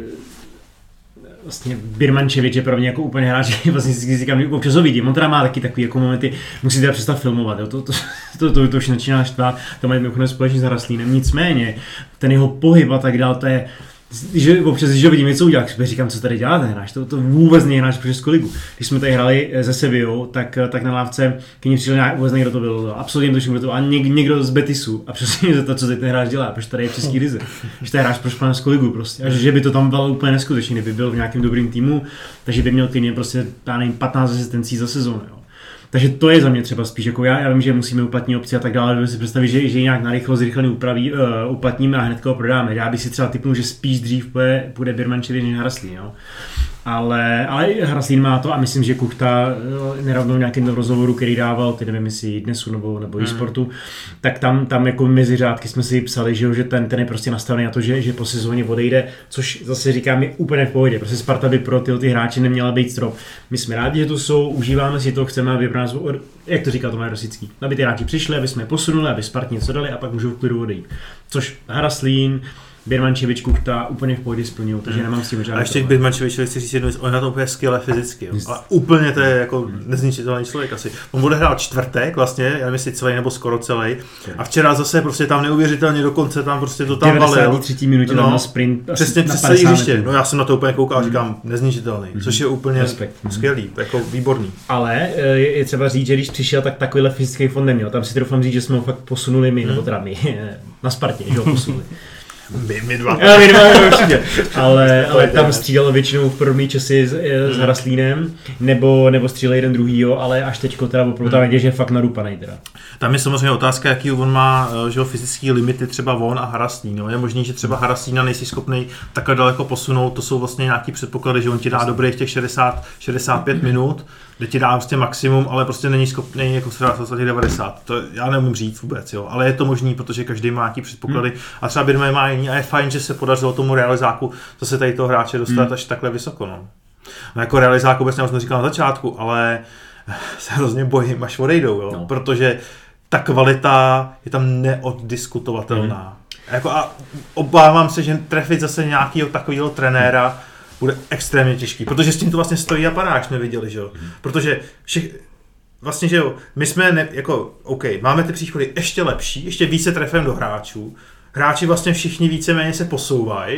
vlastně Birmančevič je pro mě jako úplně hráč, vlastně si říkám, občas ho vidím, on teda má taky takový jako momenty, musí teda přestat filmovat, jo? To už začíná štvát, to mají mimochodem společně s Haraslínem, nicméně ten jeho pohyb a tak dál, to je že občas, když vidím něco udělat, říkám, co tady dělá ten hráč, to vůbec není hráč pro Českou ligu. Když jsme tady hráli ze Sevillou, tak na lávce k ní přišel vůbec někdo to byl, absolutně to všechno, a někdo z Betisu a přesně mě to, co tady ten hráč dělá, protože tady je v České lize, že tady hráč pro španělskou ligu prostě, a že by to tam bylo úplně neskutečné, kdyby byl v nějakém dobrým týmu, takže by měl klidně prostě, já nevím, 15 asistencí za sezónu. Takže to je za mě třeba spíš, jako já vím, že musíme uplatnit opci a tak dále, ale si představit, že nějak narychlo zrychleně uplatníme a hnedka ho prodáme. Já bych si třeba tipnul, že spíš dřív půjde Birmančevič než Haraslín, jo. Ale Haraslín má to a myslím, že Kuchta nedávno v nějakém rozhovoru, který dával, ty nevím, jestli Dnesu nebo eSportu, tak tam jako mezi řádky jsme si psali, že ten je prostě nastavený na to, že po sezóně odejde, což zase říkám je úplně v pohodě. Prostě Sparta by pro ty hráče neměla být strop. My jsme rádi, že tu jsou, užíváme si to, chceme, aby pro nás, jak to říká Tomáš Rosický, aby ty hráči přišli, aby jsme je posunuli, aby Spartě něco dali a pak můžou v klidu odejít. Což Haraslín, Birmančevič, Kuchta úplně v pohodě splňují, takže nemám s tím žádný. A ještě k Birmančevičovi chci říct jednu věc, on je na to úplně skvěle fyzicky, jo. Ale úplně to je jako nezničitelný člověk asi. On odehrál čtvrtek vlastně, já nevím, jestli celý nebo skoro celý. A včera zase prostě tam neuvěřitelně dokonce tam prostě to tam valil. 93. minutě na sprint. Přesně přes celý hřiště. No já jsem na to úplně koukal, říkám nezničitelný, což je úplně skvělý, jako výborný. Ale je třeba říct, že když přišel, tak takovýhle fyzický fond neměl. Tam si troufám říct, že jsme ho fakt posunuli my, nebo teda my na Spartě, že ho posunuli. My dva určitě. Ale tam střílel většinou v první časy s Haraslínem, nebo střílel jeden druhýho, ale až teďko teda opravdu tam že je fakt nadupanej teda. Tam je samozřejmě otázka, jaký on má, že fyzické limity třeba on a Haraslín. No. Je možný, že třeba Haraslína nejsi schopný takhle daleko posunout, to jsou vlastně nějaký předpoklady, že on ti dá dobrých těch 60-65 minut, kde ti dá prostě maximum, ale prostě není schopný jako srovnat 90. To já neumím říct vůbec, jo. Ale je to možný, protože každý má nějaký předpoklady a třeba Birman má jiný a je fajn, že se podařilo tomu realizáku zase tady toho hráče dostat až takhle vysoko. No jako realizák vůbec už neříkal na začátku, ale se hrozně bojím, až odejdou, jo. No. Protože ta kvalita je tam neoddiskutovatelná. Jako a obávám se, že trefit zase nějakého takového trenéra bude extrémně těžký, protože s tím to vlastně stojí a padá, jak jsme viděli, že jo. Protože vlastně, že jo, my jsme OK, máme ty příchody ještě lepší, ještě více trefem do hráčů. Hráči vlastně všichni víceméně se posouvají.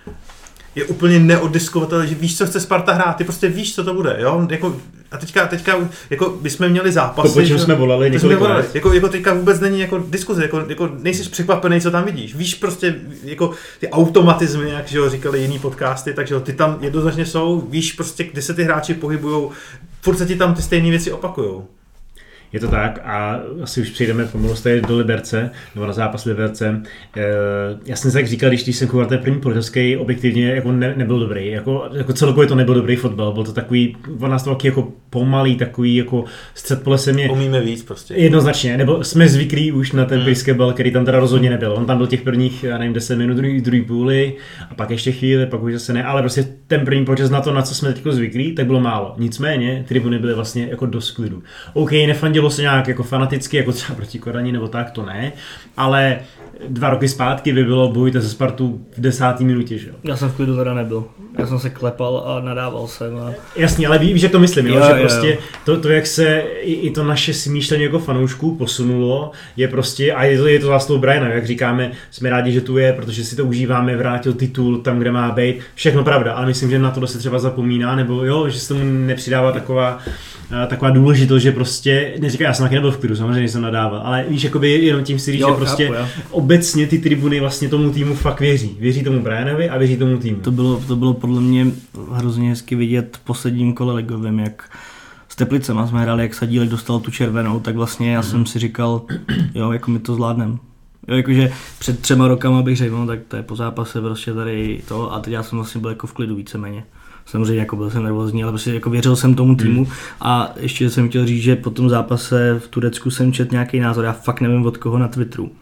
Je úplně neoddiskutovatelné, že víš, co chce Sparta hrát, ty prostě víš, co to bude, jo? Jako, a teďka jako bychom měli zápasy. To, po čem jsme volali několikrát. Jako teďka vůbec není jako diskuze, jako nejsi překvapený, co tam vidíš. Víš prostě jako ty automatizmy, jak že jo, říkali jiný podcasty, takže ty tam jednoznačně jsou, víš prostě, kdy se ty hráči pohybujou, furt se ti tam ty stejné věci opakujou. Je to tak a asi už přejdeme pomalu do Liberce, nebo na zápas Liberce. Já jsem tak říkal, když jsem koukal ten první politevský, objektivně jako nebyl dobrý. Jako celkově to nebyl dobrý fotbal, byl to takový, on nás to taky jako pomalý, takový jako střed pole se mě... Umíme víc prostě. Jednoznačně, nebo jsme zvyklí už na ten basketball, který tam teda rozhodně nebyl. On tam byl těch prvních, já nevím, 10 minut, druhý půli a pak ještě chvíli, pak už zase ne, ale prostě ten první počas na to, na co jsme teď zvyklí, tak bylo málo. Nicméně, tribuny byly vlastně jako dost klidu. OK, nefandilo se nějak jako fanaticky, jako třeba proti Kodani nebo tak, to ne, ale 2 roky zpátky by bylo bojujte ze Spartu v 10. minutě, že jo. Já jsem v klidu teda nebyl. Já jsem se klepal a nadával jsem. A... Jasně, ale víš, jak to myslím, jo? Že prostě to, jak se i to naše smýšlení jako fanoušků posunulo, je prostě, a je to zásluh Briana, jak říkáme, jsme rádi, že tu je, protože si to užíváme, vrátil titul tam, kde má být, všechno pravda, ale myslím, že na to se třeba zapomíná, nebo jo, že se tomu nepřidává taková důležitost, že prostě, neříkám, já jsem taky nebyl v klidu, samozřejmě jsem nadával, ale víš, jakoby jenom tím si říct, že prostě obecně ty tribuny vlastně tomu týmu fakt věří tomu Brianovi a věří tomu týmu. To bylo podle mě hrozně hezky vidět v posledním kole ligovém, jak s Teplicema jsme hráli, jak Sadílek dostal tu červenou, tak vlastně já jsem si říkal, jo, jako my to zvládneme. Jo, jakože před 3 rokama bych řekl, no tak to je po zápase prostě tady to a teď já jsem vlastně byl jako v klidu víceméně. Samozřejmě jako byl jsem nervózní, ale prostě jako věřil jsem tomu týmu a ještě jsem chtěl říct, že po tom zápase v Turecku jsem četl nějaký názor, já fakt nevím od koho na Twitteru,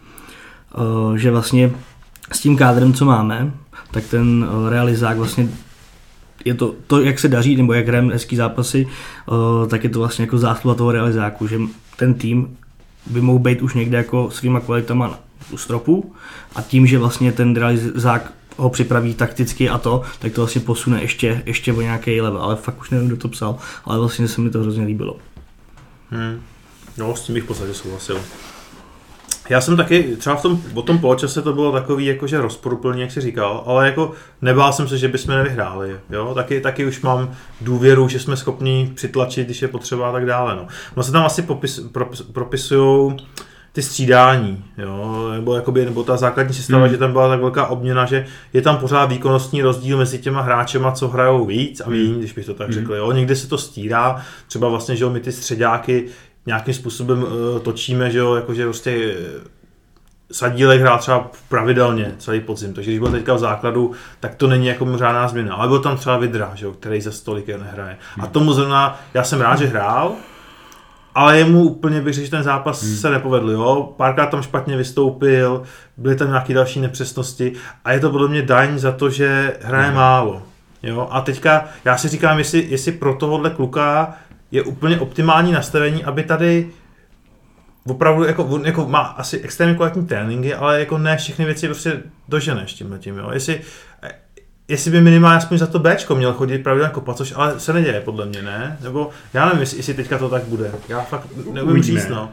že vlastně s tím kádrem, co máme, tak ten realizák vlastně je to jak se daří, nebo jak hrajeme hezký zápasy, tak je to vlastně jako zásluha toho realizáku, že ten tým by mohl být už někde jako svýma kvalitama u stropu a tím, že vlastně ten realizák ho připraví takticky a to, tak to vlastně posune ještě o nějaký level, ale fakt už nevím, kdo to psal, ale vlastně se mi to hrozně líbilo. No, s tím bych v podstatě souhlasil. Já jsem taky, třeba o tom poločase to bylo takový jakože rozporuplný, jak jsi říkal, ale jako nebál jsem se, že bychom nevyhráli, jo, taky už mám důvěru, že jsme schopni přitlačit, když je potřeba a tak dále, no. No se tam asi propisujou ty střídání, jo, nebo ta základní sestava, že tam byla tak velká obměna, že je tam pořád výkonnostní rozdíl mezi těma hráčema, co hrajou víc a míň, když bych to tak řekl, jo, někde se to stírá, třeba vlastně, že jo, my ty středáky nějakým způsobem točíme, že jo, jakože prostě Sadílek hrál třeba pravidelně celý podzim, takže když byl teďka v základu, tak to není jako mimořádná změna, ale byl tam třeba Vidra, že jo, který za stolik nehraje. A tomu zrovna, já jsem rád, že hrál, ale jemu úplně bych řekl, že ten zápas se nepovedl, jo, párkrát tam špatně vystoupil, byly tam nějaké další nepřesnosti a je to podle mě daň za to, že hraje málo, jo, a teďka já si říkám, jestli pro tohohle kluka je úplně optimální nastavení, aby tady opravdu jako má asi extrémně kvalitní tréninky, ale jako ne všechny věci prostě doženeš tímhletím, jo. Jestli by minimálně aspoň za to Bčko měl chodit pravidelně kopat, což ale se neděje podle mě, ne? Nebo já nevím, jestli teďka to tak bude. Já fakt neumím říct, no.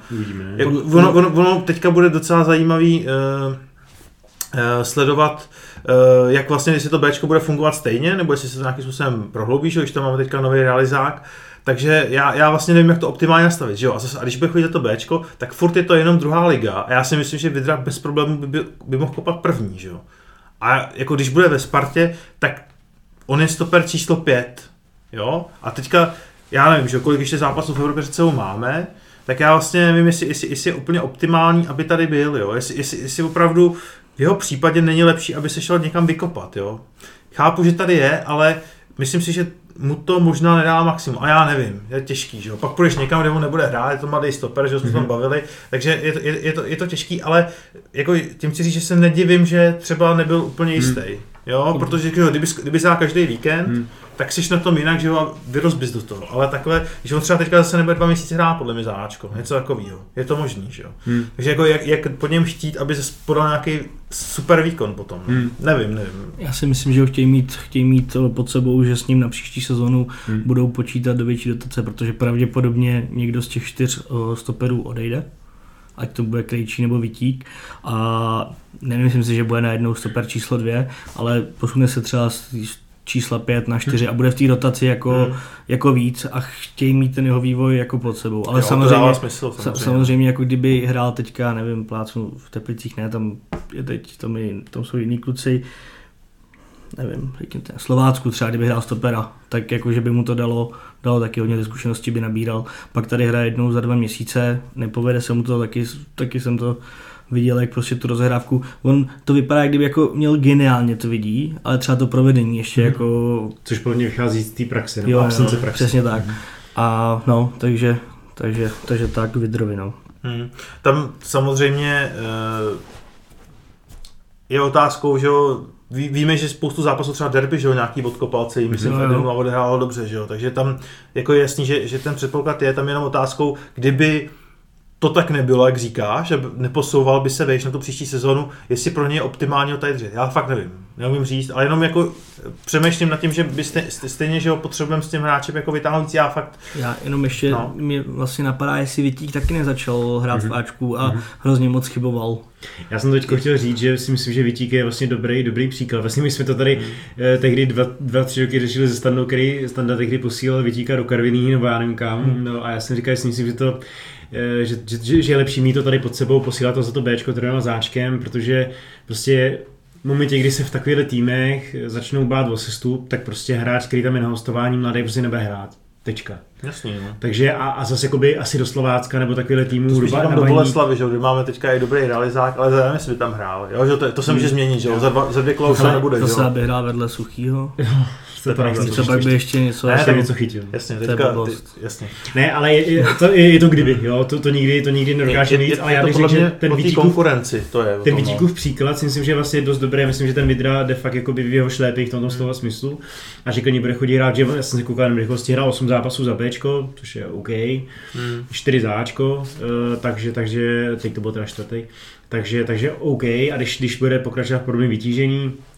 Ono teďka bude docela zajímavý sledovat, jak vlastně, jestli to Bčko bude fungovat stejně, nebo jestli se to nějakým způsobem prohloubí, že když tam máme teďka nový realizák. Takže já vlastně nevím, jak to optimálně nastavit, že jo? A když bude chodit za to Bčko, tak furt je to jenom druhá liga a já si myslím, že Vidra bez problémů by mohl kopat první, že jo? A jako když bude ve Spartě, tak on je stoper číslo 5, jo? A teďka, já nevím, že kolik ještě zápasů v Evropě před sebou máme, tak já vlastně nevím, jestli je úplně optimální, aby tady byl, jo? Jestli opravdu v jeho případě není lepší, aby se šel někam vykopat, jo? Chápu, že tady je, ale myslím si, že mu to možná nedá maximum, a já nevím, je těžký, že jo. Pak půjdeš někam, kde on nebude hrát, je to mladý stoper, že jsme tam bavili, takže je to těžký, ale jako tím chci říct, že se nedivím, že třeba nebyl úplně jistý, jo, protože kdyby se dá každý víkend, tak jsi na tom jinak, že jo, a vyrost bys do toho, ale takhle, že on třeba teďka zase nebude 2 měsíce hrát podle mě za Ačko, něco takového, je to možný, že jo. Takže jako jak po něm chtít, aby se podal nějaký super výkon potom, nevím. Já si myslím, že ho chtějí mít pod sebou, že s ním na příští sezonu budou počítat do větší dotace, protože pravděpodobně někdo z těch 4 stoperů odejde, ať to bude Krejčí nebo Vitík, a nemyslím si, že bude najednou stoper číslo 2, ale posune se třeba čísla 5 na 4 a bude v té rotaci jako víc a chtějí mít ten jeho vývoj jako pod sebou. Ale samozřejmě jako kdyby hrál teďka, nevím, plácnu v Teplicích, ne, tam je teď, tam jsou jiní kluci, nevím, řekněte, Slovácku třeba, kdyby hrál stopera, tak jako, že by mu to dalo taky hodně ze zkušenosti by nabíral. Pak tady hraje jednou za 2 měsíce, nepovede se mu to, taky jsem to viděl, jak prostě tu rozehrávku. On to vypadá, jak kdyby jako měl geniálně to vidí, ale třeba to provedení ještě jako... Což podle mě vychází z té praxe, nebo absence praxe. Přesně tak. A no, takže tak Vidrovi, no. Tam samozřejmě je otázkou, že jo, víme, že spoustu zápasů třeba derby, že jo, nějaký odkopalce, myslím, že a odehrálo dobře, že jo, takže tam jako je jasný, že ten předpoklad je tam jenom otázkou, kdyby to tak nebylo, jak říkáš, že neposouval by se vejš na tu příští sezonu, jestli pro ně je optimálně ho tady držet. Já fakt nevím, neumím říct, ale jenom jako přemýšlím nad tím, že byste stejně, že ho potřebujeme s tím hráčem jako vytáhnout víc, já fakt... Já jenom ještě mě vlastně napadá, jestli Vitík taky nezačal hrát v Ačku a hrozně moc chyboval. Já jsem teď chtěl říct, že si myslím, že Vitík je vlastně dobrý příklad. Vlastně my jsme to tady tehdy 2-3 roky řešili ze Standou, který Standa tehdy posílal Vitíka do Karviní nebo já nevím kam. No a já jsem říkal, že si myslím, že to že je lepší mít to tady pod sebou, posílat to za to Bčko trénovat s Ačkem, protože prostě v momentě, kdy se v takovýchhle týmech začnou bát o sestup, tak prostě hráč, který tam je na hostování mladý, prostě nebude hrát. Tečka. Jasně, no. Takže a zase jakoby asi do Slovácka nebo takovýhle týmů do Boleslavy, že máme teďka i dobrý realizák, ale nevím, jestli by tam hrál, jo, že to se může změnit, že jo, za 2 kola už to nebude, jo. To se by hrál vedle Suchýho. Třeba by ještě něco chytil. Jasně, teďka, jasně. Ne, ale je to kdyby, jo, to nikdy nedokáže říct, ale já bych řekl, že ten Vitíkův příklad si myslím, že je vlastně dost dobré, myslím, že ten Vidra de facto jakoby v jeho šlépích v tomto slova smyslu a že klidně bude chodit hrát, že já jsem si koukal na rychlosti, hrál 8 zápasů za Bčko, což je OK, 4 za Ačko, takže teď to bylo teda 4. Takže OK, a když bude pokračovat v podobném vytížení,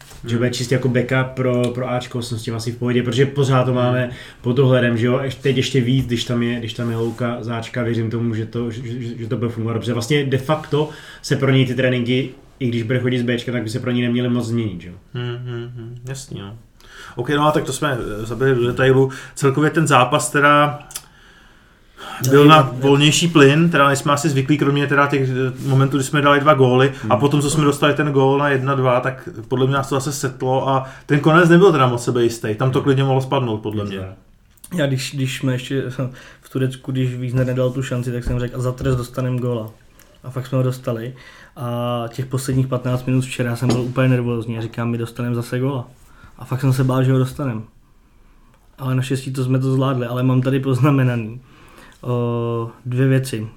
Že bude čistě jako backup pro Ačko, jsem s tím asi v pohodě, protože pořád to máme pod dohledem, že jo, teď ještě víc, když tam je Louka z Ačka, věřím tomu, že to bude fungovat, protože vlastně de facto se pro něj ty tréninky, i když bude chodit z Bčka, tak by se pro něj neměly moc změnit, že jo. Jasně, no. OK, no a tak to jsme zabili do detailu. Celkově ten zápas teda byl na volnější plyn, teda nejsme asi zvyklí, kromě teda těch momentů, kdy jsme dali 2 góly a potom, co jsme dostali ten gól na 1-2, tak podle mě nás to zase setlo a ten konec nebyl teda moc sebejistý, tam to klidně mohlo spadnout, podle mě. Já když jsme ještě v Turecku, když Wiesner nedal tu šanci, tak jsem řekl, a za trest dostaneme góla. A fakt jsme ho dostali a těch posledních 15 minut včera jsem byl úplně nervózní a říkám, my dostaneme zase góla. A fakt jsem se bál, že ho dostaneme. Ale naštěstí to jsme to zvládli, ale mám tady poznamenaný 2 věci.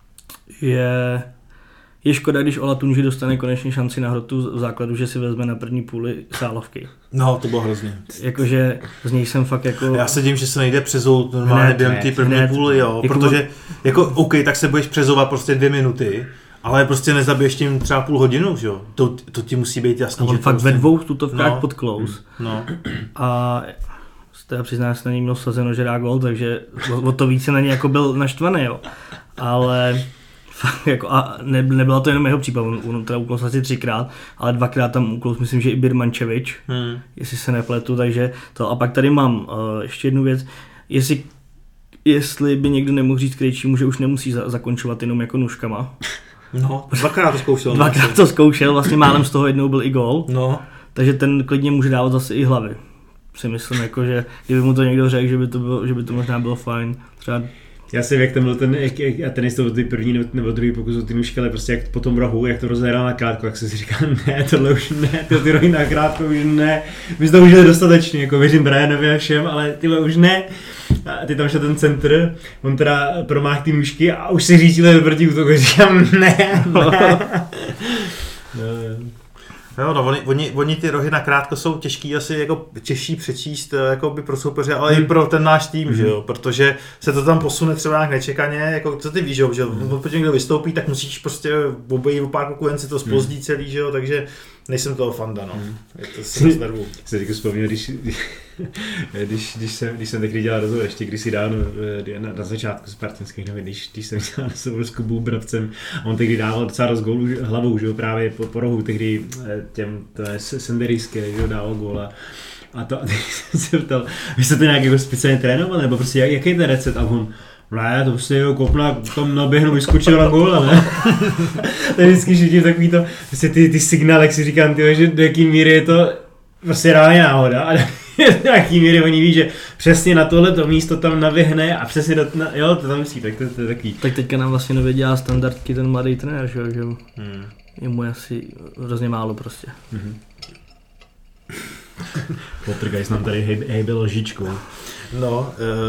Je škoda, když Ola Tunži dostane konečně šanci na hrotu v základu, že si vezme na první půli sálovky. No, to bylo hrozně. Jakože z něj jsem fakt jako... Já se dím, že se nejde přezout normálně během té první půly, jo, protože jako OK, tak se budeš přezouvat prostě 2 minuty, ale prostě nezabiješ tím třeba půl hodinu, že jo? To ti musí být jasný, že fakt prostě... ve 2 tutovkách pod close. No. A teda přiznám, že na něj měl sazeno, že dá gól, takže o to více na něj jako byl naštvaný, jo. Ale fakt jako, a nebyla to jenom jeho případ, on teda uklous asi 3krát, ale 2krát tam uklous, myslím, že i Birmančevič, jestli se nepletu, takže to. A pak tady mám ještě jednu věc, jestli by někdo nemohl říct Krejčímu, že už nemusí zakončovat jenom jako nůžkama. No, 2krát to zkoušel. 2krát to zkoušel, vlastně málem z toho jednou byl i gól. No. Takže ten klidně může dávat zase i hlavy. Si myslím, jako, že kdyby mu to někdo řekl, že by to možná bylo fajn. Třeba... Já si jak tam byl ten tenista do ty první nebo druhý pokus o ty nůžky, ale prostě jak po tom rohu, jak to rozehrál na krátko, jak jsem si říkal, ne, tohle už ne, ty rohy na krátko už ne. My jsme to užili dostatečně, jako věřím Brianovi a všem, ale tyhle už ne. A ty tam šel ten centr, on teda promáhl ty nůžky a už si říčil do protiútoku, říkám ne. Jo, no, oni ty rohy nakrátko jsou těžký, asi jako těžší přečíst jako by pro soupeře, ale i pro ten náš tým, že jo, protože se to tam posune třeba nějak nečekaně, jako co ty víš, že pokud někdo vystoupí, tak musíš prostě obejít o pár kluků, jen si to zpozdí celý, že jo, takže nejsem toho fanda, no. Je to si nervu. Jsem říkal vzpomněl, když jsem tehdy dělal rozhovor, ještě kdysi dávno na začátku Spartanských novin, když jsem dělal rozhovor s Kubou Brabcem, a on tehdy dával docela dost gólů hlavou, že jo, právě po rohu, tehdy Senderijské, že jo, dával góla. A teď jsem se ptal, vy jste to nějak jako speciálně trénoval, nebo prostě jaký je ten recept? A on, ne, to prostě jo, kopna, tam naběhnu, vyskočil na góla, ne? Tak vždycky šitím takový to, prostě ty signály, jak si říkám, tyjo, že do jaký míry je to prostě reálně náhoda, a do jaký míry oni ví, že přesně na tohleto místo tam naběhne a přesně jo, to tam myslí, tak to je takový. Tak teďka nám vlastně nově dělá standardky ten mladý trenér, že je mu asi hrozně málo prostě. Poltergeist nám tady hejbe lžičkou. No,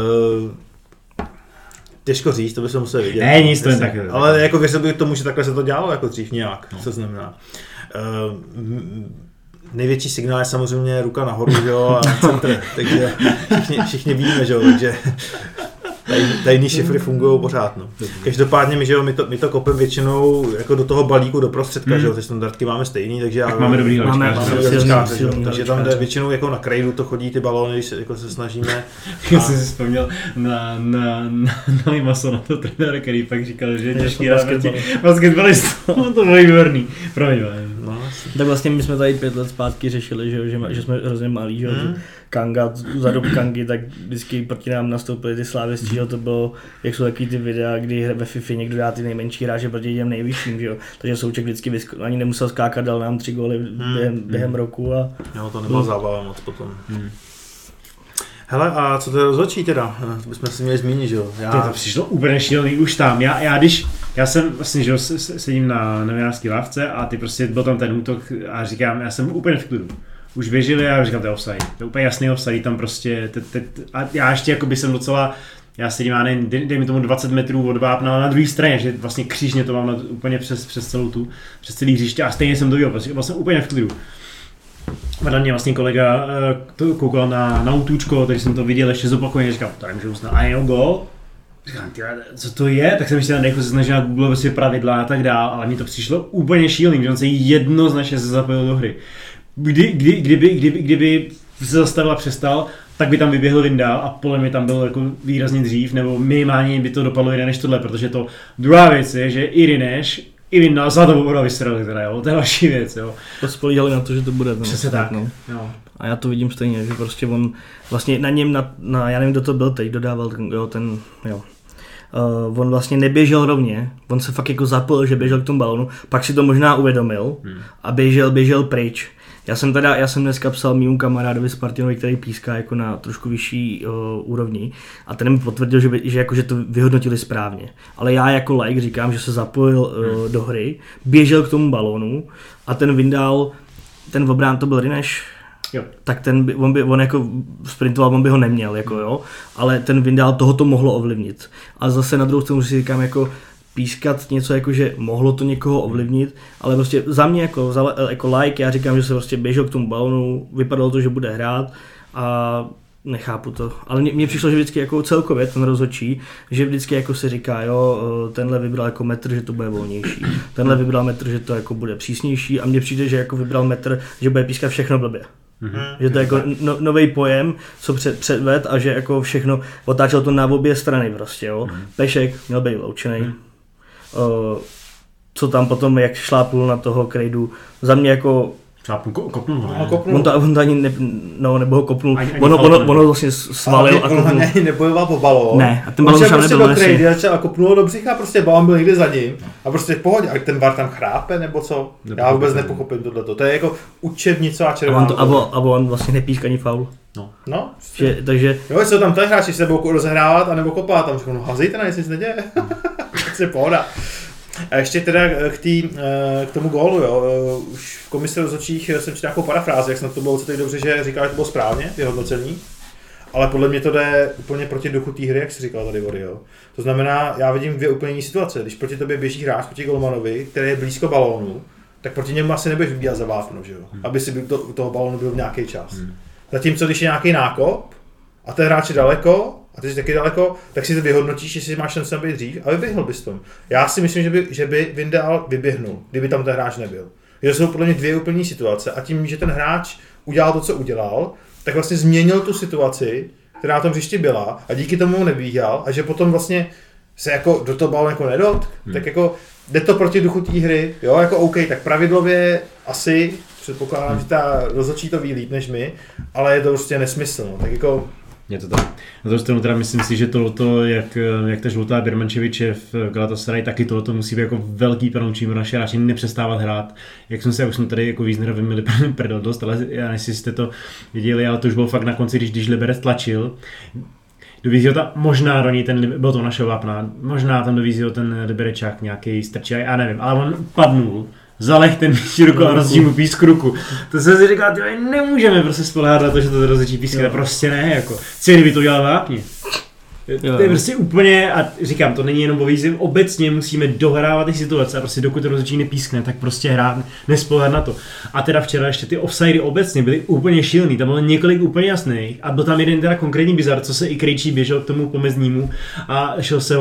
těžko říct, to bychom museli vidět. Ne, nic to jen takhle. Ale jako věřil bych tomu, že takhle se to dělalo jako dřív nějak, co znamená. Největší signál je samozřejmě ruka nahoru, že jo, a centr, takže všichni víme, že jo, takže tajný šifry fungují pořád, no. Každopádně my, že jo, my to kopeme většinou jako do toho balíku do prostředka, že jo, ty standardky máme stejný, takže tak máme dobrý haličkáře, takže tam jde většinou jako na krajdu to chodí ty balóny, když se, jako se snažíme. Já jsem si vzpomněl na Limaso, na to trenéra, který pak říkal, že je těžký basketbalista, to bylo výborný, promiň. Tak vlastně my jsme tady 5 let zpátky řešili, že jsme hrozně malí, že Kanga, za dob Kangy, tak vždycky proti nám nastoupili ty slávistí, to bylo, jak jsou takový ty videa, kdy ve FIFA někdo dá ty nejmenší hráče proti těm nejvyšším, že jo, takže Souček vždycky ani nemusel skákat, dal nám 3 góly během roku a... Jo, to nebylo zábava moc potom. Hele, a co to rozhodčí teda? To bychom si měli zmínit, že jo? To přišlo úplně šílený už tam. Já jsem vlastně, že jo, sedím na novinářské lávce a ty prostě byl tam ten útok a říkám, já jsem úplně v klidu. Už běželi a říkám, to je offside. To je úplně jasný offside, tam prostě, a já ještě jako by jsem docela, já sedím, já nevím, dej mi tomu 20 metrů od vápna na druhé straně, že vlastně křížně to mám úplně přes celý hřiště a stejně jsem to viděl, prostě byl jsem úplně v klidu. A na mě vlastně kolega koukal na útůčko, takže jsem to viděl ještě zopakovaně, říkám, tady můžu uznat, a jenom gól. Říkám, co to je? Tak jsem ještě na dechu se snažil googlovat si pravidla a tak dál, ale mně to přišlo úplně šílený, že on se jednoznačně zapojil do hry. kdyby se zastavil a přestal, tak by tam vyběhl Vindal a podle mě tam byl jako výrazně dřív, nebo minimálně by to dopadlo jiné než tohle, protože to druhá věc je, že i Rineš, i Vindal za to oba vystřelili teda, jo, to je další věc, jo. To spolíhali na to, že to bude. Přesně tak, no. Jo. A já to vidím stejně, že prostě on vlastně na něm, já nevím, kdo to byl teď, dodával ten. On vlastně neběžel rovně, on se fakt jako zapojil, že běžel k tomu balonu, pak si to možná uvědomil a běžel pryč. Já jsem dneska psal mému kamarádovi Spartinovi, který píská jako na trošku vyšší úrovni a ten mi potvrdil, že to vyhodnotili správně. Ale já jako laik říkám, že se zapojil do hry, běžel k tomu balónu a ten Vindal, ten obrán to byl Rineš, jo. Tak on jako sprintoval, on by ho neměl, jako jo, ale ten Vindal toho to mohlo ovlivnit. A zase na druhou stranu si říkám, jako pískat něco, jako že mohlo to někoho ovlivnit, ale prostě za mě jako like, já říkám, že se prostě běžel k tomu balonu, vypadalo to, že bude hrát a nechápu to. Ale mně přišlo, že vždycky jako celkově ten rozhodčí, že vždycky jako se říká, jo, tenhle vybral jako metr, že to bude volnější, tenhle vybral metr, že to jako bude přísnější a mně přijde, že jako vybral metr, že bude pískat všechno blbě. Že to je jako nový pojem, co předved a že jako všechno otáčel to na obě strany prostě, jo. Pešek měl být vyloučený. Co tam potom, jak šlápnul na toho Krejdu, za mě jako... Kopnul ho, ne? On to ani nebo ho kopnul, ono vlastně svalil a kopnul. On ani nebojoval po balón. Ne, a ten balón už tam nebyl do Krejdy a kopnul do břicha, prostě balón byl někde za ním a prostě v pohodě, a ten VAR tam chrápe nebo co? Já vůbec nepochopím tohleto, to je jako učebnicová červená. A on vlastně nepísk ani faul. No, takže... Jo, co tam tady hráči se budou rozehrávat anebo kopat, tam řeknou, no hazejte na nic neděje. To je pohoda. A ještě teda k tomu gólu, jo. Už v komisi rozhodčích jsem četl nějakou parafrázi, jak snad to bylo teď dobře, že říkal, že to bylo správně, vyhodnocení. Ale podle mě to jde úplně proti duchu té hry, jak jsi říkal tady Vody, jo. To znamená, já vidím dvě úplně jiné situace. Když proti tobě běží hráč proti golmanovi, který je blízko balónu, tak proti němu asi nebudeš vybíhat za vápno, že jo. Aby si toho balónu byl v nějaký čas. Zatímco když je nějaký nákop a ten hráč je daleko, a ty jsi taky daleko, tak si to vyhodnotíš, jestli máš šanci být dřív a vyběhnul bys tom. Já si myslím, že by Vindal vyběhnul, kdyby tam ten hráč nebyl. Že jsou podle mě dvě úplně situace a tím, že ten hráč udělal to, co udělal, tak vlastně změnil tu situaci, která na tom hřišti byla a díky tomu nebíhal a že potom vlastně se jako do toho balónu jako nedot, tak jako jde to proti duchu té hry, jo, jako OK, tak pravidlově asi předpokládám, že ta rozhodčí to ví líp než my, ale je to prostě nesmysl, no. Tak jako je to tak. Na druhou stranu teda myslím si, že tohleto, jak ta žlutá Birmančeviče v Galatasaray, taky tohleto musí být jako velký panoučí, naše hráči nepřestávat hrát. Jak jsme tady jako víc měli prdel dost, ale já nevím, jestli jste to viděli, ale to už bylo fakt na konci, když Liberec tlačil. Do Víziota možná do ní byl to našeho vápna, možná tam do Víziota ten Liberečák nějaký strčil, já nevím, ale on padnul. Zaleh ten ruku a rozdí mu písk ruku. To se si říká, nemůžeme prostě spoléhat na to, že to rozhodčí písky, prostě ne, jako. Co kdyby to udělal vápně? To je prostě úplně, a říkám, to není jenom o Vízi, obecně musíme dohrávat ty situace a prostě dokud to rozhodčí nepískne, tak prostě hrát, nespoléhat na to. A teda včera ještě ty offsidy obecně byly úplně šílený, tam bylo několik úplně jasných a byl tam jeden teda konkrétní bizar, co se i Krejčí běžel k tomu pomeznímu a šel se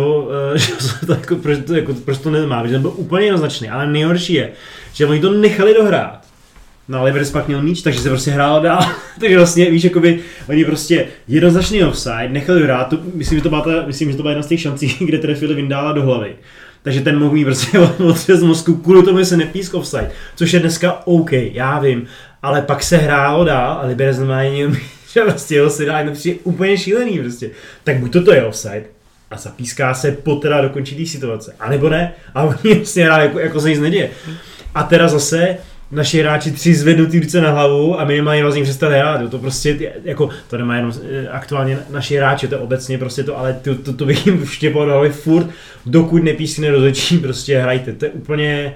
to proč to nemá, protože to byl úplně jednoznačný, ale nejhorší je, že oni to nechali dohrát. No ale Liberec pak měl míč, takže se prostě hrálo dál. Takže vlastně víš, jakoby oni prostě jednoznačný offside nechali hrát, myslím, že to byla jedna z těch šancí, kde trefili Vindála do hlavy. Takže ten mohl mít prostě otřes mozku, kvůli tomu se nepísk offside, což je dneska OK, já vím, ale pak se hrálo dál a Liberec normálně že prostě ho se dá, to přijde úplně šílený prostě. Tak buď toto je offside a zapíská se po teda dokončí té situace, anebo ne, a oni vlastně hráli jako se nic neděje. A teda zase naši hráči 3 zvednutý ruce na hlavu a minimálně vlastně přestali hrát, to prostě jako, to nemá jenom aktuálně naši hráči, to je obecně prostě to, ale to bych jim vštěpal do hlavy furt, dokud nepískne rozhodčí, prostě hrajte, to je úplně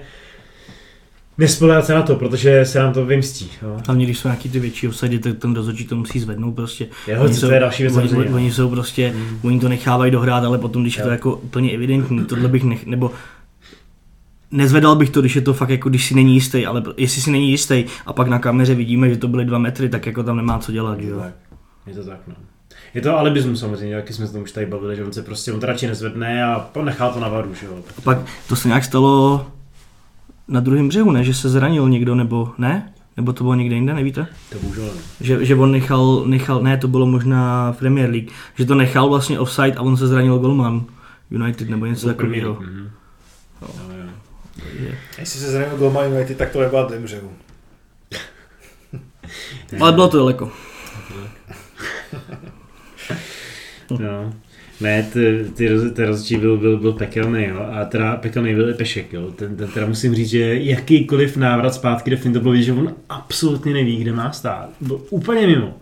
nespoléhat se na to, protože se nám to vymstí. Hlavně když jsou nějaký ty větší offside, tak ten rozhodčí to musí zvednout prostě. To je další věc. Oni jsou prostě, oni to nechávají dohrát, ale potom, když je to jako úplně evidentní, tohle bych nebo nezvedal bych to, když je to fakt jako, když si není jistý, ale jestli si není jistý a pak na kameře vidíme, že to byly 2 metry, tak jako tam nemá co dělat, jo. Je to tak, no. Je to alibismus samozřejmě, jaký jsme se tomu už tady bavili, že on to radši nezvedne a nechá to na varu, že jo. A pak to se nějak stalo na druhém břehu, ne? Že se zranil někdo, nebo ne? Nebo to bylo někde jinde, nevíte? To bohužel. Že on nechal, ne, to bylo možná v Premier League, že to nechal vlastně offside a on se zranil golman United nebo něco takového. Jestli se zranil golman United, tak to nebyla Demřehu. Ale bylo to daleko. No. Ne, ten rozhodčí byl pekelný, jo. A teda pekelný byl i Pešek, jo. Ten teda musím říct, že jakýkoliv návrat zpátky do fintu, to bylo vidět, že on absolutně neví, kde má stát. Byl úplně mimo.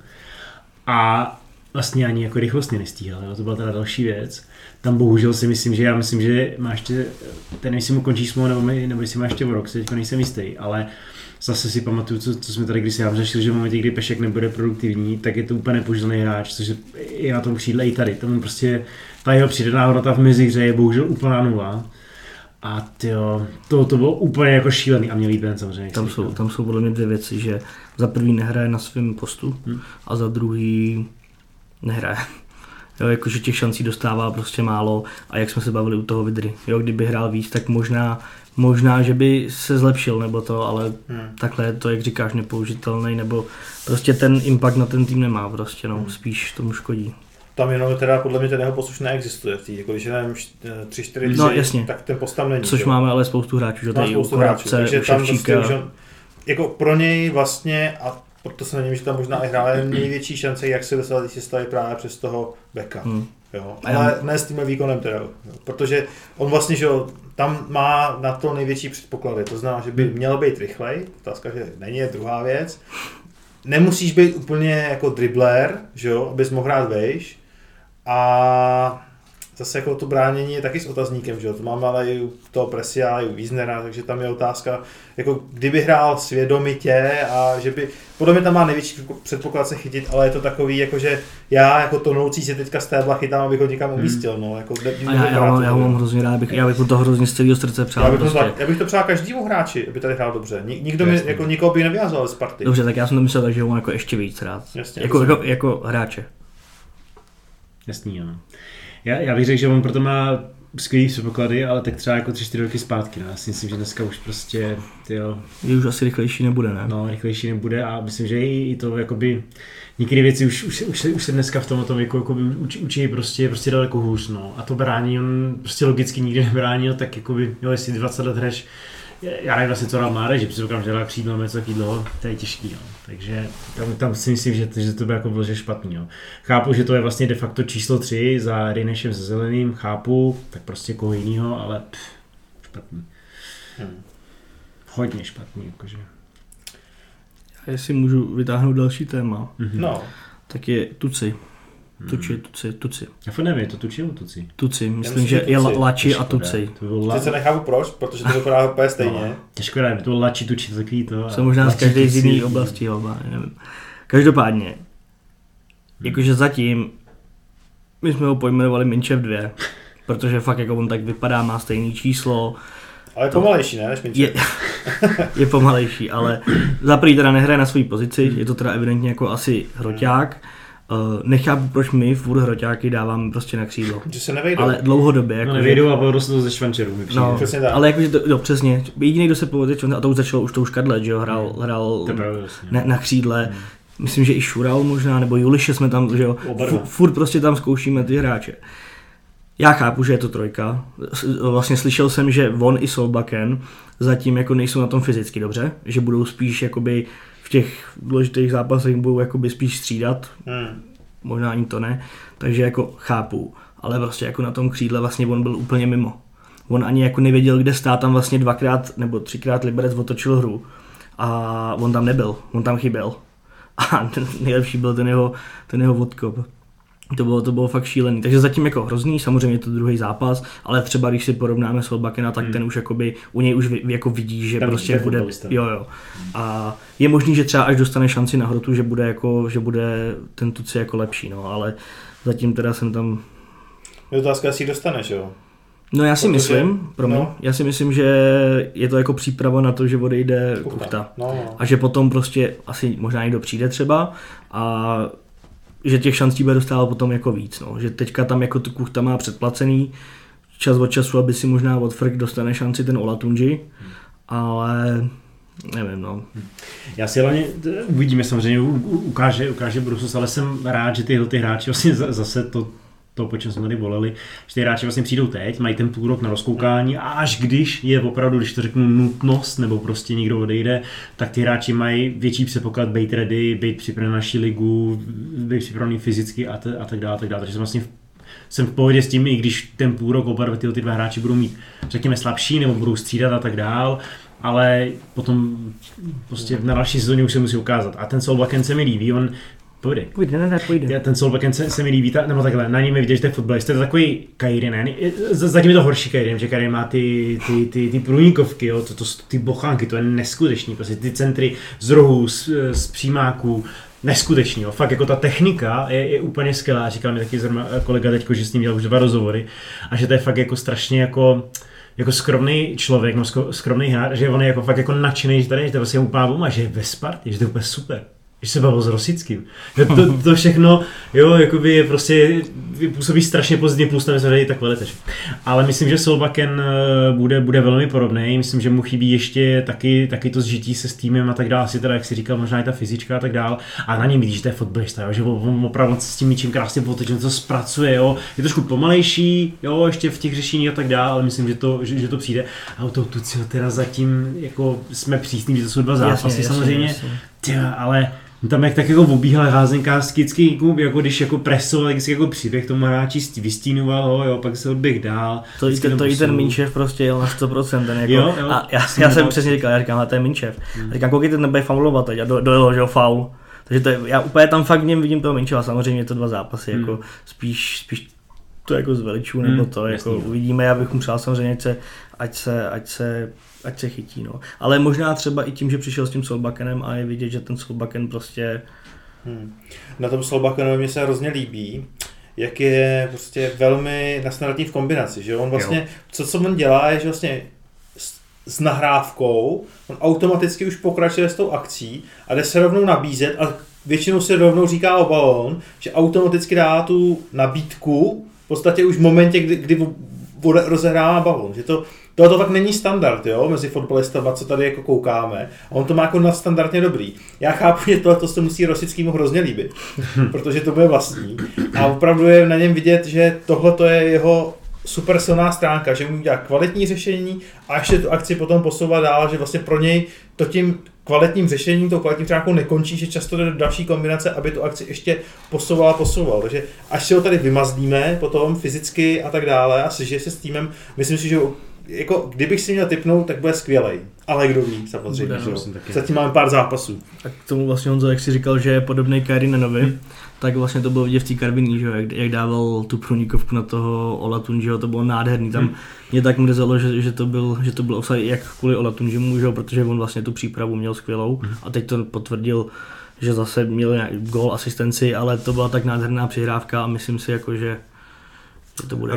A vlastně ani jako rychlostně nestíhal, jo. To byla teda další věc. Tam bohužel si myslím, že má ještě, ten jestli mu končí smlouvu, nebo jestli má ještě o rok, teďko nejsem jistý, ale zase si pamatuju, co jsme tady kdysi řešili, že v momentě, kdy Pešek nebude produktivní, tak je to úplně nepožitelný hráč, což je na tom křídle i tady. Tomu prostě ta jeho přidaná hodnota v mezihře je bohužel úplná nula. A tyjo, to bylo úplně jako šílený a měl jít ven samozřejmě. Tam jsou podle mě dvě věci, že za prvý nehraje na svém postu a za druhý nehraje. Jo, jakože těch šancí dostává prostě málo a jak jsme se bavili u toho Vydry. Jo, kdyby hrál víc, tak možná, že by se zlepšil nebo to, ale takhle je to, jak říkáš, nepoužitelný, nebo prostě ten impact na ten tým nemá prostě, no, spíš tomu škodí. Tam jenom teda podle mě ten jeho post už neexistuje, jako když je nevím 3-4 no, jasně. tak ten post tam není. Což máme ale spoustu hráčů, že tady u Korábce, takže u tam Ševčíka. prostě jako pro něj vlastně, a proto se nevím, že tam možná i hrál, je největší šance, jak se dostat, když se staví právě přes toho beka. Jo, ale ne s tím výkonem teda, protože on vlastně, že tam má na to největší předpoklady, to znamená, že by měl být rychlej, otázka, že není, je druhá věc. Nemusíš být úplně jako dribler, že jo, abys mohl hrát vejš a zase jako to bránění je taky s otazníkem, že jo, to máme ale i u toho Presia, i u Wiesnera, takže tam je otázka, jako kdyby hrál svědomitě a že by, podle mě tam má největší předpoklad se chytit, ale je to takový, jako že já jako tonoucí si teďka z tébla chytám, abych ho někam umístil, no, jako já ho mám hrozně rád, já bych mu to hrozně z celého srdce přál. Já bych to přál každému hráči, aby tady hrál dobře, nikoho by nevyhazoval z party. Dobře, tak já jsem to myslel tak, že ho mám jako ještě víc rád, jasně, jako hráče. Jasný, ano. Já bych řekl, že on proto má skvělý předpoklady, ale tak třeba jako 3-4 roky zpátky. No. Já si myslím, že dneska už prostě, tyjo... Je už asi rychlejší nebude, ne? No, rychlejší nebude a myslím, že i to jakoby... Některé věci už se dneska v tomto věku jakoby učí prostě daleko hůř, no. A to brání, on prostě logicky nikdy nebránil, tak jakoby, jo, jestli 20 let hreš, já nevím vlastně, co rád mládež, že předpokládám, že dá křídlo nebo něco takového, to je těžký, no. Takže tam si myslím, že to by jako bylo, že špatný, jo. Chápu, že to je vlastně de facto číslo 3 za Rynešem se Zeleným, chápu, tak prostě koho jinýho, ale špatný. Hodně špatný, jakože. A jestli můžu vytáhnout další téma, no. tak je Tuci. Tuci. Já fakt nevím, je to Tuci nebo Tuci? Tuci, myslím, že je Lači a Tuci. Sice nechápu proč, protože to vypadá úplně stejně. No, těžko nevím, to Lači, Tuci, to takový to. Jsou možná z každé z jiné oblasti, nevím. Každopádně, jakože zatím, my jsme ho pojmenovali Minčev 2, protože fakt jako on tak vypadá, má stejný číslo. Ale je pomalejší, ne, než Minčev. Je pomalejší, ale za prvý teda nehraje na své pozici, je to teda evidentně jako asi hroťák. Nechápu, proč my furt hroťáky dáváme prostě na křídlo. Že se nevejdou. Ale dlouhodobě. Jako nevejdou a potom to ze švančerů. No, přesně tak. Ale jakože to přesně. Jediný, kdo se povedl, a to už začalo už to už Kadlet, že jo, hrál na křídle. Myslím, že i Šural možná, nebo Juliše jsme tam, že jo. Furt prostě tam zkoušíme ty hráče. Já chápu, že je to trojka. Vlastně slyšel jsem, že on i Solbakken zatím jako nejsou na tom fyzicky dobře, že budou spíš jakoby v těch důležitých zápasech budou jakoby spíš střídat. Možná ani to ne. Takže jako chápu, ale prostě jako na tom křídle vlastně on byl úplně mimo. On ani jako nevěděl, kde stát, tam vlastně 2x nebo 3x Liberec otočil hru a on tam nebyl, on tam chyběl. A nejlepší byl ten jeho odkop. To bylo fakt šílený. Takže zatím jako hrozný, samozřejmě je to druhý zápas, ale třeba když si porovnáme s Solbakkena, tak ten už jakoby, u něj už jako vidí, že ten prostě bude, jo. A je možný, že třeba až dostane šanci na hrotu, že bude ten Tuci jako lepší, no, ale zatím teda jsem tam... Je otázka, jestli dostaneš, jo? No já si myslím, že je to jako příprava na to, že odejde Kuchta. No. A že potom prostě asi možná někdo přijde třeba a že těch šancí bude dostávat potom jako víc, no. Že teďka tam jako tu Kuchta má předplacený, čas od času, aby si možná od Frk dostane šanci ten Olatunji, ale nevím, no. Já si hlavně, uvidíme samozřejmě, ukáže budoucnost, ale jsem rád, že tyhle hráči vlastně zase to, po čem jsme tady volali, že ty hráči vlastně přijdou teď, mají ten půl rok na rozkoukání a až když je opravdu, když to řeknu nutnost, nebo prostě někdo odejde, tak ty hráči mají větší předpoklad být ready, být připravený na naši ligu, být připravený fyzicky a tak dále. Takže jsem v pohodě s tím, i když ten půl rok oba ty dva hráči budou mít, řekněme, slabší, nebo budou střídat a tak dál, ale potom prostě na další sezóně už se musí ukázat. A ten Solbakken se mi líbí, on pojde. Ten Solbakken se mi líbí, nebo takhle, na něj mi vidět, že to je fotbalista, to je takový Kairin, ne? Zatím je to horší Kairin, že Kairin má ty průnikovky, jo, ty bochánky, to je neskutečný, prostě ty centry z rohů, z přímáků, neskutečný, jo. Fakt jako ta technika je úplně skvělá, říkal mi taky zrovna kolega teďko, že s ním dělal už 2 rozhovory a že to je fakt jako strašně jako skromný člověk, no skromný hráč, že on je jako fakt jako nadšený, že to vlastně úplná bomba, že je ve Spartě, že to je úplně super. Že se bavil s Rosickým. To všechno, jo, jakoby je prostě působí strašně pozitivně, plus tam je tak velitež. Ale myslím, že Solbakken bude velmi podobný, myslím, že mu chybí ještě taky to zžití se s týmem a tak dále, asi teda, jak si říkal, možná i ta fyzička a tak dále. A na něm vidíš, že to je fotbalista, jo, že on opravdu s tím míčem krásně potečně to zpracuje, jo. Je trošku pomalejší, jo, ještě v těch řešení a tak dále, ale myslím, že to přijde. A u toho Tuciho teda zatím jako jsme přísní, že to jsou 2 zápasy samozřejmě, ale tam jak tak jako obíhal házenkářsky, jako když jako presoval, tak si jako příběh tomu hráči vystínoval ho, jo, pak se odběh dál. To i ten Minčev prostě jel na 100%, ten jako, jo. A já jsem přesně říkal, já ten Minčev. A říkám, koukej, ten nebude faulovat teď a dojelo, že jo, faul. Takže to je, já úplně tam fakt v něm vidím toho Minčeva, samozřejmě je to 2 zápasy, jako spíš to jako zveličů, nebo to jako uvidíme, já bych mu přál samozřejmě, ať se chytí, no. Ale možná třeba i tím, že přišel s tím Solbakkenem a je vidět, že ten Solbakken prostě... Na tom Solbakkenovi mi se hrozně líbí, jak je prostě velmi nasnadný v kombinaci, že on vlastně, co on dělá, je, že vlastně s nahrávkou, on automaticky už pokračuje s tou akcí a jde se rovnou nabízet a většinou se rovnou říká o balón, že automaticky dá tu nabídku v podstatě už v momentě, kdy rozehrává balón, že to fakt není standard, jo, mezi fotbalistama, co tady jako koukáme. A on to má jako nadstandardně dobrý. Já chápu, že tohle se musí Rosickýmu hrozně líbit, protože to bude vlastní. A opravdu je na něm vidět, že tohle to je jeho super silná stránka, že mu dělá kvalitní řešení a ještě tu akci potom posouvá dál, že vlastně pro něj to tím kvalitním řešením, tou kvalitní stránkou nekončí, že často jde do další kombinace, aby tu akci ještě posouval. Takže až si ho tady vymazdíme potom fyzicky a tak dále a sežije se s týmem, myslím si, že jako kdybych si měl tipnout, tak bude skvělej. Ale kdo ví, samozřejmě. Zatím máme pár zápasů. A k tomu vlastně Honzo, jak si říkal, že je podobný Kairinovi, tak vlastně to bylo vidět v té Karviní, že jak dával tu průnikovku na toho Olatunjiho, to bylo nádherný. Tam mě tak mrzelo, že to byl offside jak kvůli Olatunjimu, že, protože on vlastně tu přípravu měl skvělou a teď to potvrdil, že zase měl gól, asistenci, ale to byla tak nádherná přihrávka a myslím si jako, že to bude